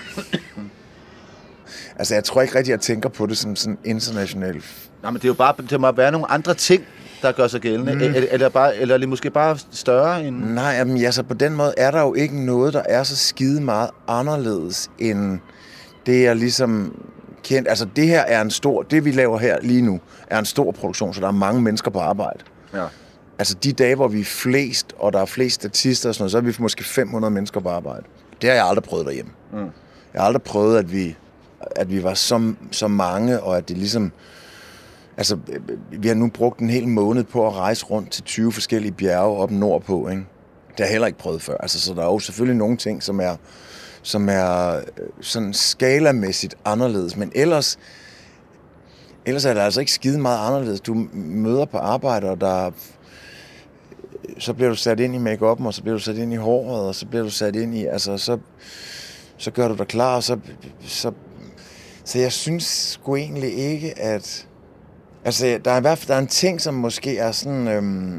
Altså, jeg tror ikke rigtig, at jeg tænker på det som sådan international. Nej, men det er jo bare, det må være nogle andre ting, der gør sig gældende. Mm. Eller, eller, bare, eller er det måske bare større end... Nej, jamen, altså, på den måde er der jo ikke noget, der er så skide meget anderledes, end det, jeg ligesom kendt. Altså, det her er en stor... Det, vi laver her lige nu, er en stor produktion, så der er mange mennesker på arbejde. Ja. Altså, de dage, hvor vi er flest, og der er flest statister og sådan noget, så er vi måske fem hundrede mennesker på arbejde. Det har jeg aldrig prøvet derhjemme. Mm. Jeg har aldrig prøvet, at vi, at vi var så, så mange, og at det ligesom... Altså, vi har nu brugt en hel måned på at rejse rundt til tyve forskellige bjerge op nordpå, ikke? Det har jeg heller ikke prøvet før. Altså, så der er jo selvfølgelig nogle ting, som er, som er sådan skalamæssigt anderledes. Men ellers, ellers er det altså ikke skide meget anderledes. Du møder på arbejde, og der, så bliver du sat ind i make-up'en, og så bliver du sat ind i håret, og så bliver du sat ind i... Altså, så, så gør du dig klar, og så... Så, så jeg synes sgu egentlig ikke, at... Altså, der er i hvert fald der er en ting, som måske er sådan... Øhm,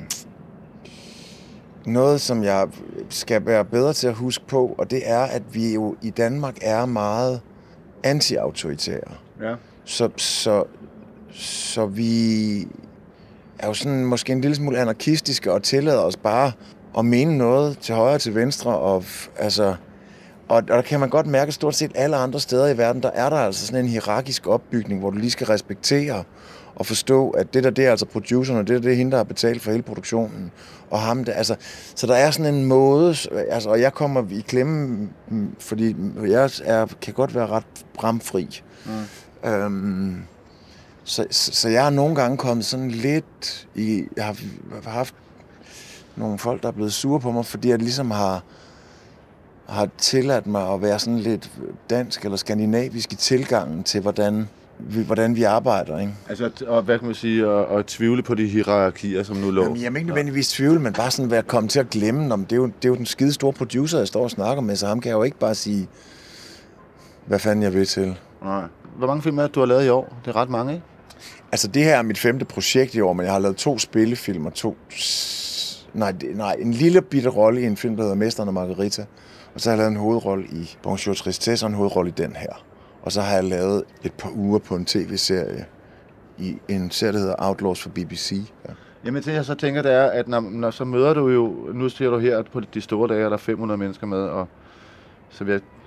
noget, som jeg skal være bedre til at huske på, og det er, at vi jo i Danmark er meget anti-autoritære. Ja. Så, så, så vi er jo sådan måske en lille smule anarkistiske og tillader os bare at mene noget til højre og til venstre. Og, altså, og, og der kan man godt mærke, at stort set alle andre steder i verden, der er der altså sådan en hierarkisk opbygning, hvor du lige skal respektere og forstå, at det der, det er altså produceren, og det der, det er hende, der har betalt for hele produktionen. Og ham, det, altså, så der er sådan en måde, altså, og jeg kommer i klemme, fordi jeg er, kan godt være ret bramfri. Mm. Øhm, så, så, så jeg har nogle gange kommet sådan lidt i, jeg har, har haft nogle folk, der er blevet sure på mig, fordi jeg ligesom har, har tilladt mig at være sådan lidt dansk eller skandinavisk i tilgangen til, hvordan vi, hvordan vi arbejder, ikke? Altså, og hvad kan man sige, at, at tvivle på de hierarkier, som nu lå? Jamen, jeg er ikke nødvendigvis tvivle, men bare sådan være kommet til at glemme, om det er jo, det er jo den skide store producer, jeg står og snakker med, så ham kan jeg jo ikke bare sige, hvad fanden jeg vil til. Nej. Hvor mange film er det, du har lavet i år? Det er ret mange, ikke? Altså, det her er mit femte projekt i år, men jeg har lavet to spillefilm og to... Nej, det, nej, en lille bitte rolle i en film, der hedder Mesteren og Margarita. Og så har jeg lavet en hovedrolle i Bonjour Tristesse og en hovedrolle i den her. Og så har jeg lavet et par uger på en tv-serie i en serie, der hedder Outlaws for B B C. Ja. Jamen det jeg så tænker, det er, at når, når så møder du jo, nu siger du her, på de store dage, er der fem hundrede mennesker med, og så vil jeg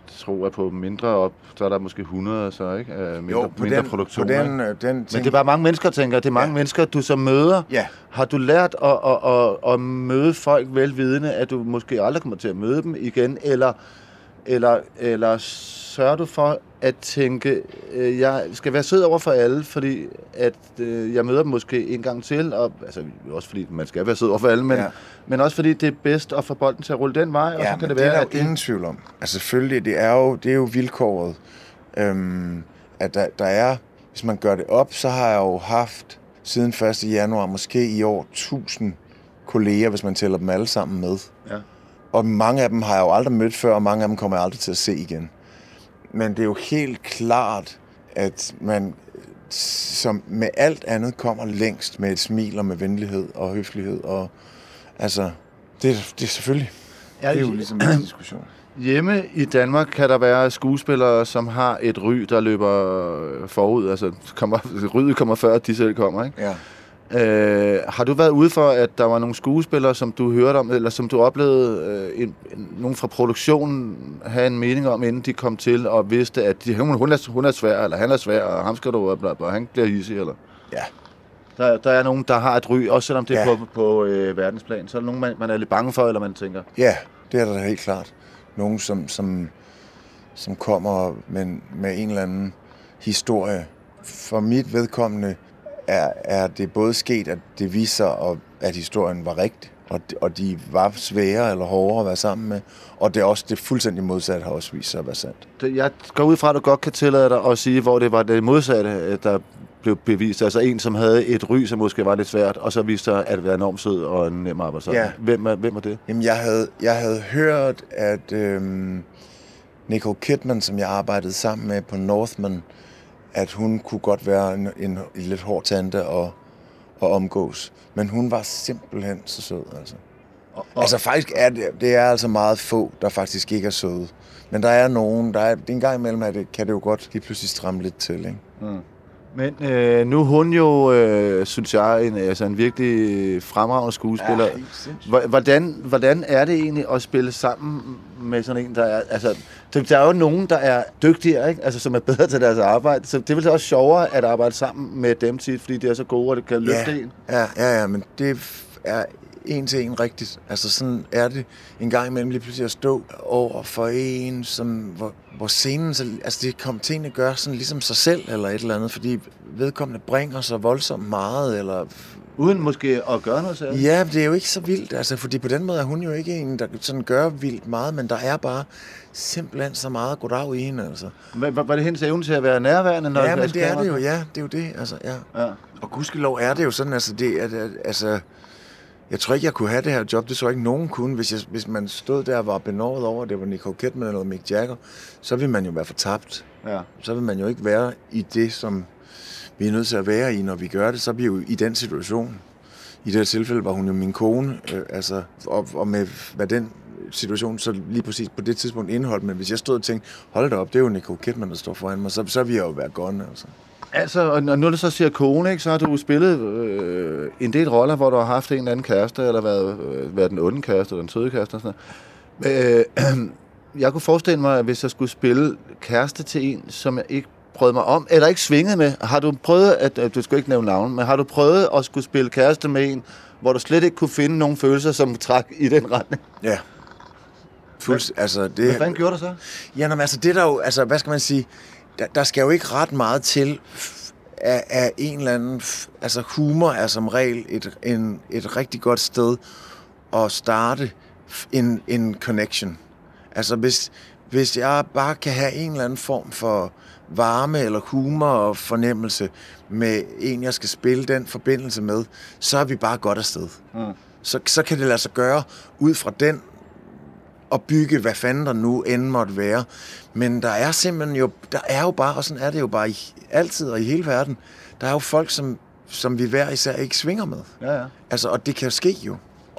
tro, at på mindre op, så er der måske hundrede, så ikke? Uh, mindre, Jo, på mindre den, produktioner. på den, øh, den Men det er bare mange mennesker, tænker. Det er mange Ja. mennesker, du så møder. Ja. Har du lært at, at, at, at møde folk velvidende, at du måske aldrig kommer til at møde dem igen, eller, eller, eller sørger du for at tænke, øh, jeg skal være sød over for alle, fordi at øh, jeg møder dem måske en gang til, og altså også fordi man skal være sød over for alle, men, Ja. men også fordi det er bedst at få bolden til at rulle den vej, og Ja, så kan men det det være, er der at jo ingen tvivl om. Altså selvfølgelig, det er jo, det er jo vilkåret, øhm, at der, der er, hvis man gør det op, så har jeg jo haft siden første januar, måske i år, tusind kolleger, hvis man tæller dem alle sammen med. Ja. Og mange af dem har jeg jo aldrig mødt før, og mange af dem kommer jeg aldrig til at se igen. Men det er jo helt klart, at man som med alt andet kommer længst med et smil og med venlighed og høflighed. Og, altså, det, det er selvfølgelig, Ja, det er jo ligesom en diskussion. Hjemme i Danmark kan der være skuespillere, som har et ry, der løber forud. Altså, kommer, ryet kommer før, at de selv kommer, ikke? Ja. Øh, har du været ude for, at der var nogle skuespillere, som du hørte om, eller som du oplevede, øh, en, en, nogen fra produktionen have en mening om, inden de kom til, og vidste, at de, hun, hun, er, hun er svær, eller han er svær, og ham skal du, og han bliver hissig, eller? Ja. Der, der er nogen, der har et ry, også selvom det er Ja. på, på øh, verdensplan. Så er der nogen, man, man er lidt bange for, eller man tænker, Ja, det er der helt klart. Nogen, som, som, som kommer med, med en eller anden historie. For mit vedkommende er, er det både sket, at det viser, at historien var rigtig, og de, og de var svære eller hårdere at være sammen med, og det er også det fuldstændig modsatte har også vist sig at være sandt. det, jeg går ud fra, at du godt kan tillade dig at sige, hvor det var det modsatte, der blev bevist. Altså en, som havde et ry, som måske var lidt svært, og så viste sig at være enormt sød og en nem arbejdsam. Ja. Hvem, er, hvem var det? Jamen, jeg havde, jeg havde hørt, at øhm, Nicole Kidman, som jeg arbejdede sammen med på Northman, at hun kunne godt være en, en, en lidt hård tante og, og omgås. Men hun var simpelthen så sød, altså. Og, og, Altså faktisk er det, det er altså meget få, der faktisk ikke er søde. Men der er nogen, der er, en gang imellem at det, kan det jo godt lige pludselig stramme lidt til, ikke? mm. Men øh, nu er hun jo, øh, synes jeg, en, altså en virkelig fremragende skuespiller. Ja, helt sindssygt. Hvordan, hvordan er det egentlig at spille sammen med sådan en, der er... Altså, der er jo nogen, der er dygtigere, ikke? Altså, som er bedre til deres arbejde. Så det er vel også sjovere at arbejde sammen med dem tit, fordi de er så gode, og det kan løfte Ja, en. ja, ja, ja, men det er en til en rigtigt. Altså sådan er det en gang imellem lige pludselig at stå over for en, som, hvor, hvor scenen, så, altså det kommer tingene gør sådan ligesom sig selv eller et eller andet, fordi vedkommende bringer så voldsomt meget, eller... Uden måske at gøre noget selv. Ja, det er jo ikke så vildt, altså, fordi på den måde er hun jo ikke en, der sådan gør vildt meget, men der er bare simpelthen så meget goddag i hende, altså. Var, var det hendes evne til at være nærværende? Når Ja, men altså, det er det jo, ja, det er jo det, altså, ja. Ja. Og gudskelov er det jo sådan, altså, det, at, at, altså, jeg tror ikke, jeg kunne have det her job, det tror jeg ikke, nogen kunne, hvis, jeg, hvis man stod der og var benåret over, at det var Nicole Kidman eller Mick Jagger, så ville man jo være fortabt. Ja. Så vil man jo ikke være i det, som vi er nødt til at være i, når vi gør det, så bliver vi jo i den situation. I det her tilfælde var hun jo min kone, øh, altså, og, og med hvad den situation så lige præcis på det tidspunkt indeholdt, men hvis jeg stod og tænkte, hold da op, det er jo Nicole Kidman, der står foran mig, så, så ville jeg jo være gone, altså. Altså, og når du så siger kone, ikke, så har du spillet øh, en del roller, hvor du har haft en eller anden kæreste, eller været, øh, været den onde kæreste, eller den søde kæreste, og sådan noget. Øh, jeg kunne forestille mig, at hvis jeg skulle spille kæreste til en, som jeg ikke prøvede mig om, eller ikke svinget med, har du prøvet, at du skal ikke nævne navn, men har du prøvet at skulle spille kæreste med en, hvor du slet ikke kunne finde nogle følelser, som trak i den retning? Ja. Fuldst, altså, det, Hvad fanden gjorde du så? Ja, men altså, det der jo, altså, hvad skal man sige, der, der skal jo ikke ret meget til af, af en eller anden, altså humor er som regel et, en, et rigtig godt sted at starte en, en connection. Altså, hvis, hvis jeg bare kan have en eller anden form for varme eller humor og fornemmelse med en, jeg skal spille den forbindelse med, så er vi bare godt afsted. Mm. Så, så kan det lade sig gøre ud fra den og bygge, hvad fanden der nu end måtte være. Men der er simpelthen jo, der er jo bare, og sådan er det jo bare i, altid og i hele verden, der er jo folk, som, som vi hver især ikke svinger med. Ja, ja. Altså, og det kan jo ske jo.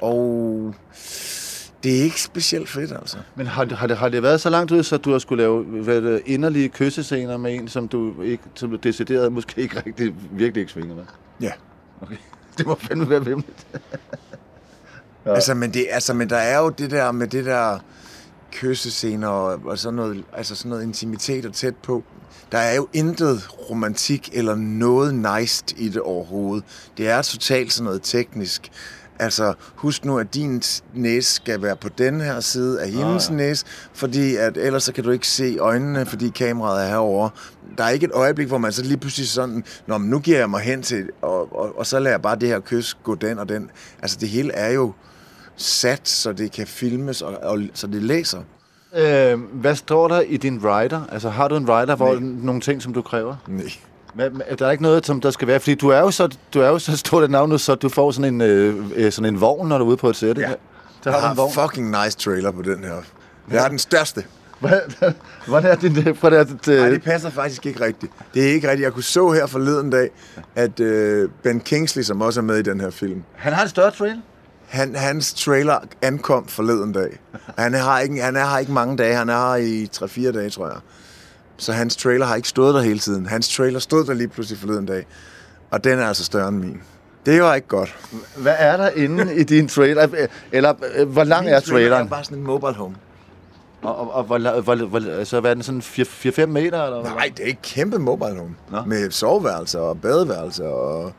Og det er ikke specielt fedt, altså. Men har det, har, det, har det været så langt ud, så du har skulle lave hvad det, inderlige kyssescener med en, som du ikke, som du decideret måske ikke rigtig, virkelig ikke svinger med? Ja. Okay. Det må fandme være vimligt. Ja. Altså, men det, altså, men der er jo det der med det der kyssescener og, og sådan noget, altså sådan noget intimitet og tæt på. Der er jo intet romantik eller noget nice i det overhovedet. Det er totalt sådan noget teknisk. Altså, husk nu, at din næse skal være på den her side af hendes oh, ja. næse, fordi at ellers så kan du ikke se øjnene, fordi kameraet er herovre. Der er ikke et øjeblik, hvor man så lige pludselig sådan, nå, men nu giver jeg mig hen til, og, og, og så lader jeg bare det her kys gå den og den. Altså, det hele er jo sat, så det kan filmes, og, og så det læser. Øh, hvad står der i din rider? Altså, har du en rider, hvor nogle ting, som du kræver? Nej. Men, der er ikke noget, som der skal være, fordi du er jo så, du er jo så stort et navn nu, så du får sådan en, øh, sådan en vogn, når du er ude på et sæt. Ja. Der har har en vogn. Fucking nice trailer på den her. Jeg ja. har den største. Hvordan er din... Fra det, Nej, det passer faktisk ikke rigtigt. Det er ikke rigtigt. Jeg kunne så her forleden dag, at øh, Ben Kingsley, som også er med i den her film... Han har en større trailer? Han, hans trailer ankom forleden dag. Han har ikke, han er her ikke mange dage. Han er her i tre fire dage, tror jeg. Så hans trailer har ikke stået der hele tiden. Hans trailer stod der lige pludselig forleden dag. Og den er altså større end min. Det var ikke godt. Hvad er der inde i din trailer? Eller hvor lang min er traileren? Det er bare sådan en mobile home. Og, og, og hvor, hvor, hvor, så hvad er den sådan fire fem meter? Eller hvad? Nej, det er ikke kæmpe mobile home. Nå? Med soveværelser og badeværelser og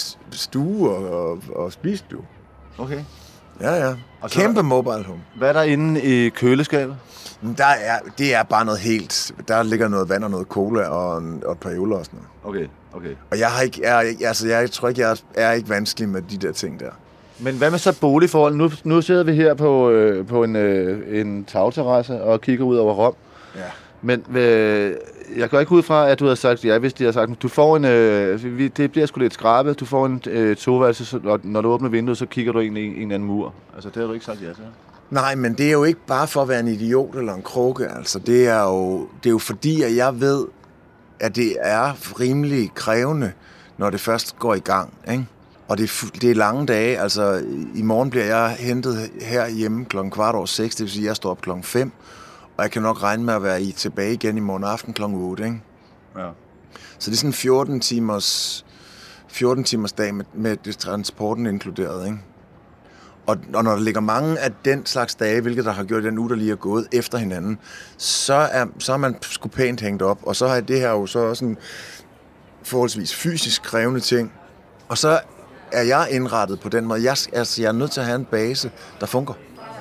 stue og, og, og spisestue. Okay. Ja, ja. Og kæmpe så, mobile home. Hvad er der inde i køleskabet? Der er, det er bare noget helt... Der ligger noget vand og noget cola og, og et par ævler og sådan noget. Okay, okay. Og jeg har ikke... Jeg, altså, jeg tror ikke, jeg er ikke vanskelig med de der ting der. Men hvad med så boligforhold? Nu, nu sidder vi her på, øh, på en, øh, en tagterrasse og kigger ud over Rom. Ja. Men øh, jeg går ikke ud fra, at du har sagt ja, hvis de har sagt, du får en... Øh, det bliver sgu lidt skrabet. Du får en øh, toværelse, og når du åbner vinduet, så kigger du ind i en, en anden mur. Altså, det har du ikke sagt ja til. Nej, men det er jo ikke bare for at være en idiot eller en krukke. Altså, det er jo, det er jo fordi, at jeg ved, at det er rimelig krævende, når det først går i gang, ikke? Og det er, det er lange dage. Altså, i morgen bliver jeg hentet herhjemme klokken kvart over seks. Det vil sige, at jeg står op klokken fem. Og jeg kan nok regne med at være i tilbage igen i morgen aften klokken otte, ikke? Ja. Så det er sådan en fjorten timers, fjorten timers dag med, med transporten inkluderet, ikke? Og, og når der ligger mange af den slags dage, hvilket der har gjort den uge, der lige er gået efter hinanden, så er, så er man sgu pænt hængt op. Og så har det her jo så også en forholdsvis fysisk krævende ting. Og så er jeg indrettet på den måde. Jeg, altså, jeg er nødt til at have en base, der fungerer.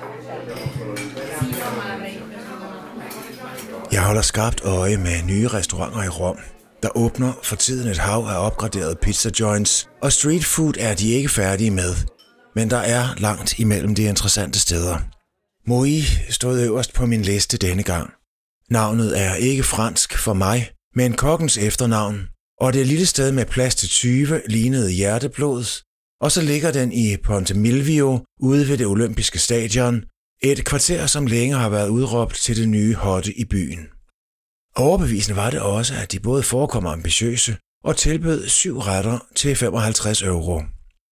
Jeg holder skarpt øje med nye restauranter i Rom. Der åbner for tiden et hav af opgraderede pizza joints, og street food er de ikke færdige med. Men der er langt imellem de interessante steder. Moi stod øverst på min liste denne gang. Navnet er ikke fransk for mig, men kokkens efternavn, og det lille sted med plads til tyve lignede hjerteblod, og så ligger den i Ponte Milvio ude ved det olympiske stadion, et kvarter, som længe har været udråbt til det nye hotte i byen. Overbevisende var det også, at de både forekommer ambitiøse og tilbød syv retter til femoghalvtreds euro.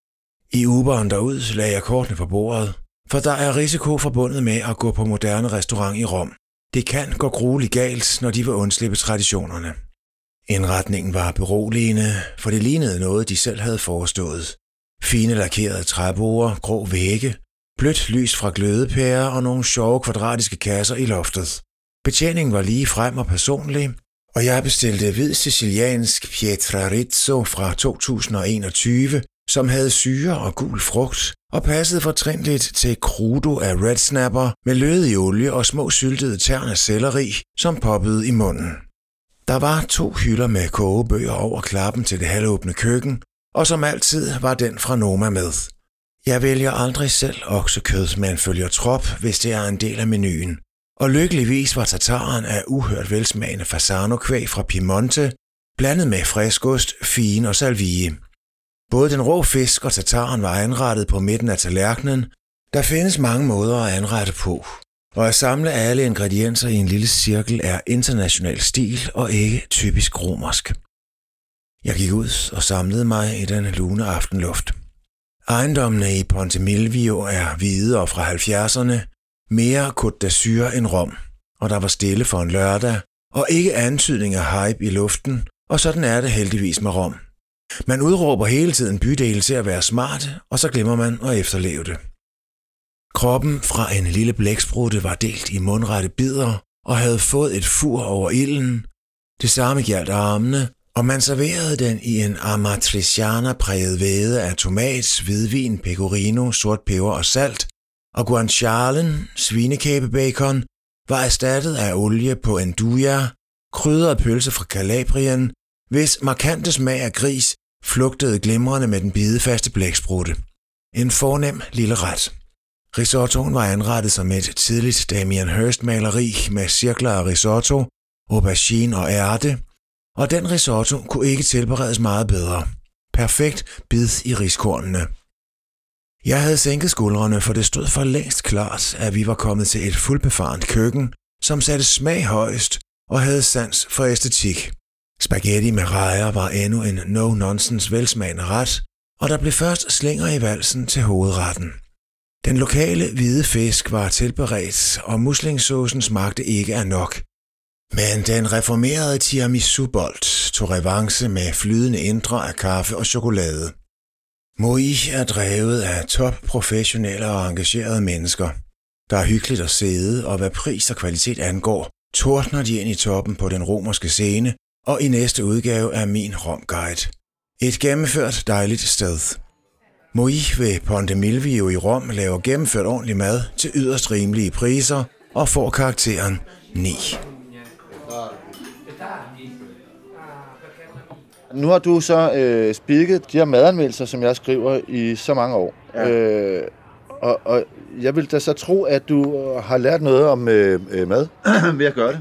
I Uberen derud lagde jeg kortene på bordet, for der er risiko forbundet med at gå på moderne restaurant i Rom. Det kan gå grueligt galt, når de vil undslippe traditionerne. Indretningen var beroligende, for det lignede noget, de selv havde forestået. Fine lakerede træborde, grå vægge, blødt lys fra glødepærer og nogle sjove kvadratiske kasser i loftet. Betjeningen var lige frem og personlig, og jeg bestilte hvid siciliansk Pietrarizzo fra to tusind og enogtyve, som havde syre og gul frugt, og passede fortrinligt til crudo af red snapper med lødig olie og små syltede tern af selleri, som poppede i munden. Der var to hylder med kogebøger over klappen til det halvåbne køkken, og som altid var den fra Noma med. Jeg vælger aldrig selv oksekød, men følger trop, hvis det er en del af menuen. Og lykkeligvis var tartaren af uhørt velsmagende fasano-kvæg fra Piemonte, blandet med friskost, fin og salvie. Både den rå fisk og tartaren var anrettet på midten af tallerkenen. Der findes mange måder at anrette på, og at samle alle ingredienser i en lille cirkel er international stil og ikke typisk romersk. Jeg gik ud og samlede mig i den lune aftenluft. Ejendommene i Ponte Milvio er hvide og fra halvfjerdserne, mere Côte d'Azur end Rom, og der var stille for en lørdag, og ikke antydning af hype i luften, og sådan er det heldigvis med Rom. Man udråber hele tiden bydele til at være smarte, og så glemmer man at efterleve det. Kroppen fra en lille blæksprutte var delt i mundrette bidder og havde fået et fur over ilden. Det samme gjaldt armene, og man serverede den i en amatriciana-præget væde af tomat, hvidvin, pecorino, sort peber og salt, og guancialen, svinekæbebacon, var erstattet af olie på andouja, krydret pølse fra Calabrien, hvis markante smag af gris flugtede glimrende med den bidefaste blæksprutte. En fornem lille ret. Risottoen var anrettet som et tidligt Damien Hirst-maleri med cirkler af risotto, aubergine og ærte, og den risotto kunne ikke tilberedes meget bedre. Perfekt bid i riskornene. Jeg havde sænket skuldrene, for det stod for længst klart, at vi var kommet til et fuldbefarent køkken, som satte smag højst og havde sans for æstetik. Spaghetti med rejer var endnu en no-nonsense velsmagende ret, og der blev først slinger i valsen til hovedretten. Den lokale hvide fisk var tilberedt, og muslingsaucen smagte ikke af nok. Men den reformerede tiramisu-bold tog revanche med flydende indre af kaffe og chokolade. Moi er drevet af top professionelle og engagerede mennesker. Der er hyggeligt at sidde, og hvad pris og kvalitet angår, tordner de ind i toppen på den romerske scene, og i næste udgave er min Rom-guide. Et gennemført dejligt sted. Moi ved Ponte Milvio i Rom laver gennemført ordentlig mad til yderst rimelige priser og får karakteren ni. Nu har du så øh, spikket de her madanmeldelser, som jeg skriver i så mange år. Ja. Øh, og, og jeg vil da så tro, at du har lært noget om øh, mad ved at gøre det.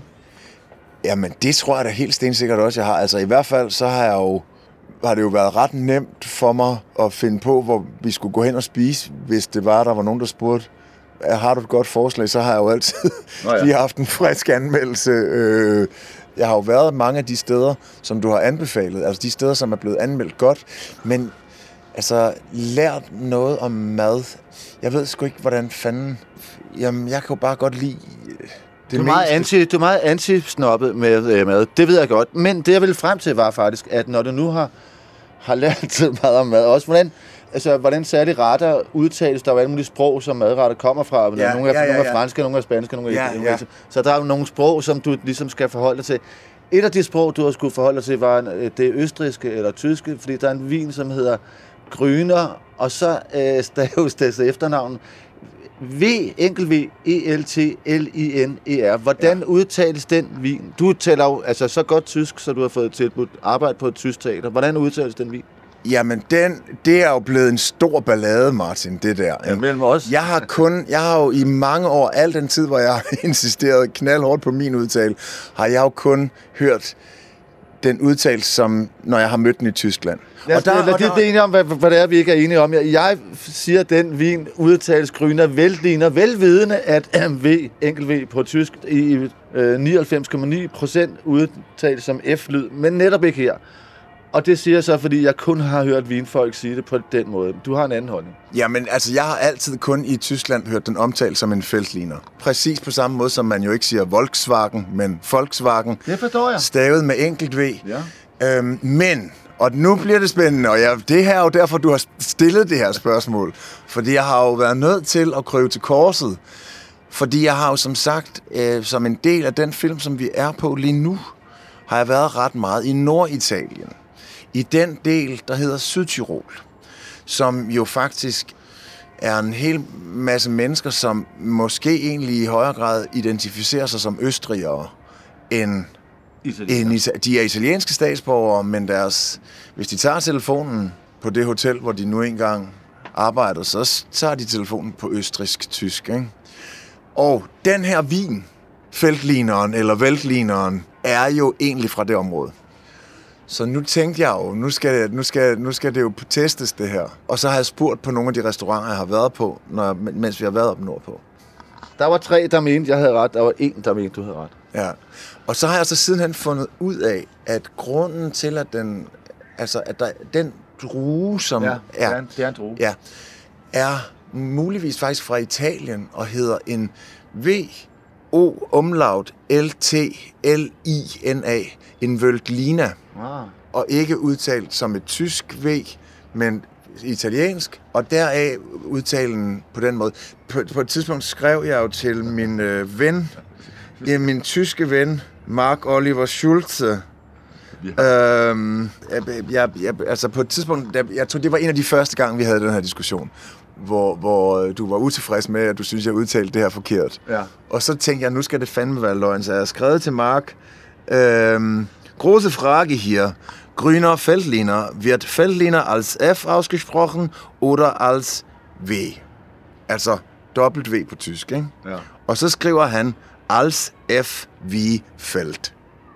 Jamen, det tror jeg da helt stensikkert også, jeg har. Altså, i hvert fald, så har jeg jo, har det jo været ret nemt for mig at finde på, hvor vi skulle gå hen og spise, hvis det var, der var nogen, der spurgte, har du et godt forslag, så har jeg jo altid Nå ja. lige haft en frisk anmeldelse. Øh, jeg har jo været mange af de steder, som du har anbefalet, altså de steder, som er blevet anmeldt godt, men altså lært noget om mad. Jeg ved sgu ikke, hvordan fanden... Jamen, jeg kan jo bare godt lide... Det du, er meget anti, du er meget anti-snobbet med øh, mad, det ved jeg godt. Men det, jeg ville frem til, var faktisk, at når du nu har, har lært så meget om mad, også hvordan, altså, hvordan særlige retter udtales, der er jo alle mulige sprog, som madretter kommer fra. Ja, nogle, er, ja, ja, ja. nogle er franske, nogle er spanske, nogle er ja, ikke. Ja. Så der er jo nogle sprog, som du ligesom skal forholde dig til. Et af de sprog, du har skulle forholde dig til, var det østrigske eller tyske, fordi der er en vin, som hedder Grüner, og så øh, staves det efternavn V, enkel V, E L T L I N E R. Hvordan ja. udtales den vin? Du taler jo altså så godt tysk, så du har fået tilbudt arbejde på et tysk teater. Hvordan udtales den vin? Jamen, den, det er jo blevet en stor ballade, Martin, det der. Ja, mellem os. Jeg har kun, jeg har jo i mange år, al den tid, hvor jeg har insisteret knaldhårdt på min udtale, har jeg jo kun hørt den udtale, som når jeg har mødt den i Tyskland. Ja, og der, og det, der, det er enige om, hvad, hvad det er, vi ikke er enige om. Jeg, jeg siger, at den vin udtales Grüner velligner, velvidende, at M V, enkel V på tysk, i øh, nioghalvfems komma ni procent udtales som F-lyd, men netop ikke her. Og det siger jeg så, fordi jeg kun har hørt vinfolk sige det på den måde. Du har en anden holdning. Jamen, altså, jeg har altid kun i Tyskland hørt den omtalt som en Feldliner. Præcis på samme måde, som man jo ikke siger Volkswagen, men Volkswagen. Det forstår jeg. Stavet med enkelt V. Ja. Øhm, men, og nu bliver det spændende, og jeg, det her er jo derfor, du har stillet det her spørgsmål. Fordi jeg har jo været nødt til at krybe til korset. Fordi jeg har jo som sagt, øh, som en del af den film, som vi er på lige nu, har jeg været ret meget i Norditalien. I den del, der hedder Sydtyrol, som jo faktisk er en hel masse mennesker, som måske egentlig i højere grad identificerer sig som østrigere, end, end de er italienske statsborgere, men deres, hvis de tager telefonen på det hotel, hvor de nu engang arbejder, så tager de telefonen på østrigsk-tysk. Ikke? Og den her vin, Feldlineren eller Veltlineren, er jo egentlig fra det område. Så nu tænkte jeg jo, nu skal, nu, skal, nu skal det jo testes det her. Og så har jeg spurgt på nogle af de restauranter, jeg har været på, når, mens vi har været op nordpå. Der var tre, der mente, jeg havde ret. Der var en, der mente, du havde ret. Ja. Og så har jeg så sidenhen fundet ud af, at grunden til, at den, altså, at der, den drue, som ja, er, det er, en, det er en drue. Ja, er muligvis faktisk fra Italien og hedder en V O umlaut L T L I N A, en Veltliner. Ah. Og ikke udtalt som et tysk V, men italiensk, og deraf udtalen på den måde. På, på et tidspunkt skrev jeg jo til min øh, ven, ja, min tyske ven, Mark Oliver Schulze. Ja. Øhm, jeg, jeg, jeg, altså på et tidspunkt, jeg, jeg tror, det var en af de første gange, vi havde den her diskussion, hvor, hvor du var utilfreds med, at du synes, jeg udtalte det her forkert. Ja. Og så tænkte jeg, nu skal det fandme være løgn, så jeg har skrevet til Mark, øhm, große Frage hier. Grüner Feldliner. Wird Feldliner als F ausgesprochen oder als W? Altså dobbelt V på tysk, ikke? Ja. Og så skriver han als F wie Feld.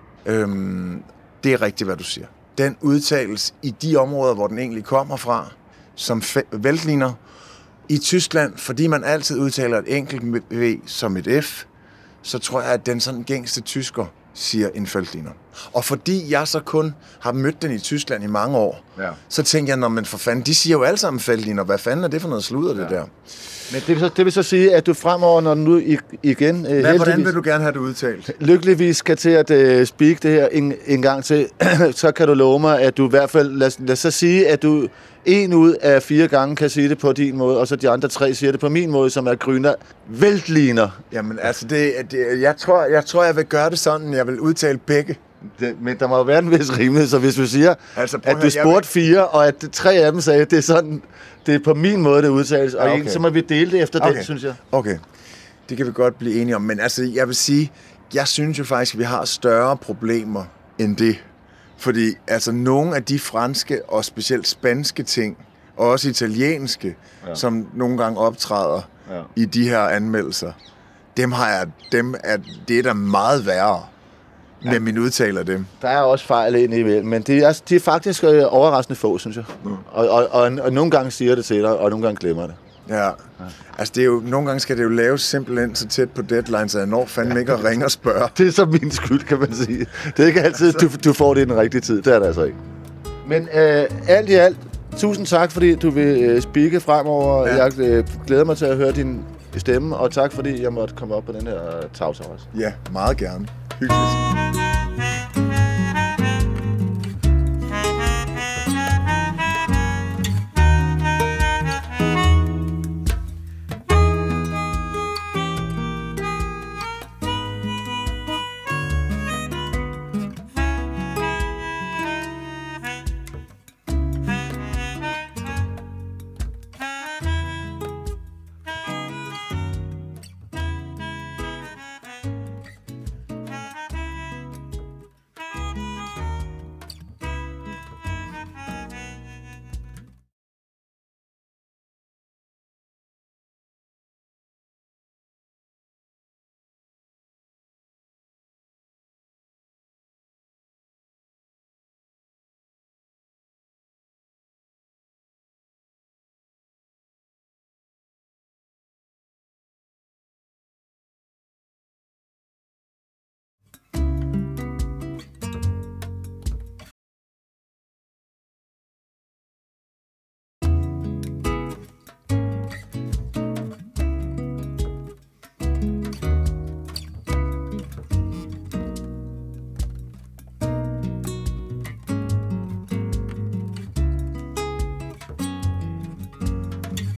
Øhm, det er rigtigt, hvad du siger. Den udtales i de områder, hvor den egentlig kommer fra, som Veltliner. I Tyskland, fordi man altid udtaler et enkelt V som et F, så tror jeg, at den sådan gængste tysker siger en Feldliner. Og fordi jeg så kun har mødt den i Tyskland i mange år, ja. Så tænker jeg, når man for fanden, de siger jo alle sammen Feldliner. Hvad fanden er det for noget sludder, ja. Det der? Men det vil, så, det vil så sige, at du fremover, når du nu igen... Hvad, hvordan vil du gerne have det udtalt? Lykkeligvis skal til at uh, speak det her en, en gang til, så kan du love mig, at du i hvert fald... Lad, lad så sige, at du en ud af fire gange kan sige det på din måde, og så de andre tre siger det på min måde, som er Grüner Veltliner. Jamen altså, det, det, jeg, tror, jeg tror, jeg vil gøre det sådan, jeg vil udtale begge. Det, men der må jo være en vis rimelighed, så hvis vi siger, altså, at du spurgte vil... fire, og at tre af dem sagde, at det er sådan, det er på min måde, det udtales, og ja, okay. En, så må vi dele det efter okay. Den, synes jeg. Okay, det kan vi godt blive enige om, men altså, jeg vil sige, jeg synes jo faktisk, at vi har større problemer end det. Fordi altså, nogle af de franske og specielt spanske ting, og også italienske, ja. Som nogle gange optræder ja. I de her anmeldelser, dem har jeg, dem er, det er da meget værre. Ja. Med min udtaler dem. Der er også fejl ind imellem, men de er, de er faktisk øh, overraskende få, synes jeg. Mm. Og, og, og, og nogle gange siger det til dig, og nogle gange glemmer det. Ja, ja. Altså det er jo, nogle gange skal det jo laves simpelthen så tæt på deadline, så jeg når fandme ikke at ringe og spørge. Det er så min skyld, kan man sige. Det er ikke altid, du, du får det i den rigtige tid. Det er det altså ikke. Men øh, alt i alt, tusind tak, fordi du vil øh, speake fremover. Ja. Jeg øh, glæder mig til at høre din stemme, og tak fordi jeg måtte komme op på den her tagterrasse. Ja, meget gerne. Hyggeligt.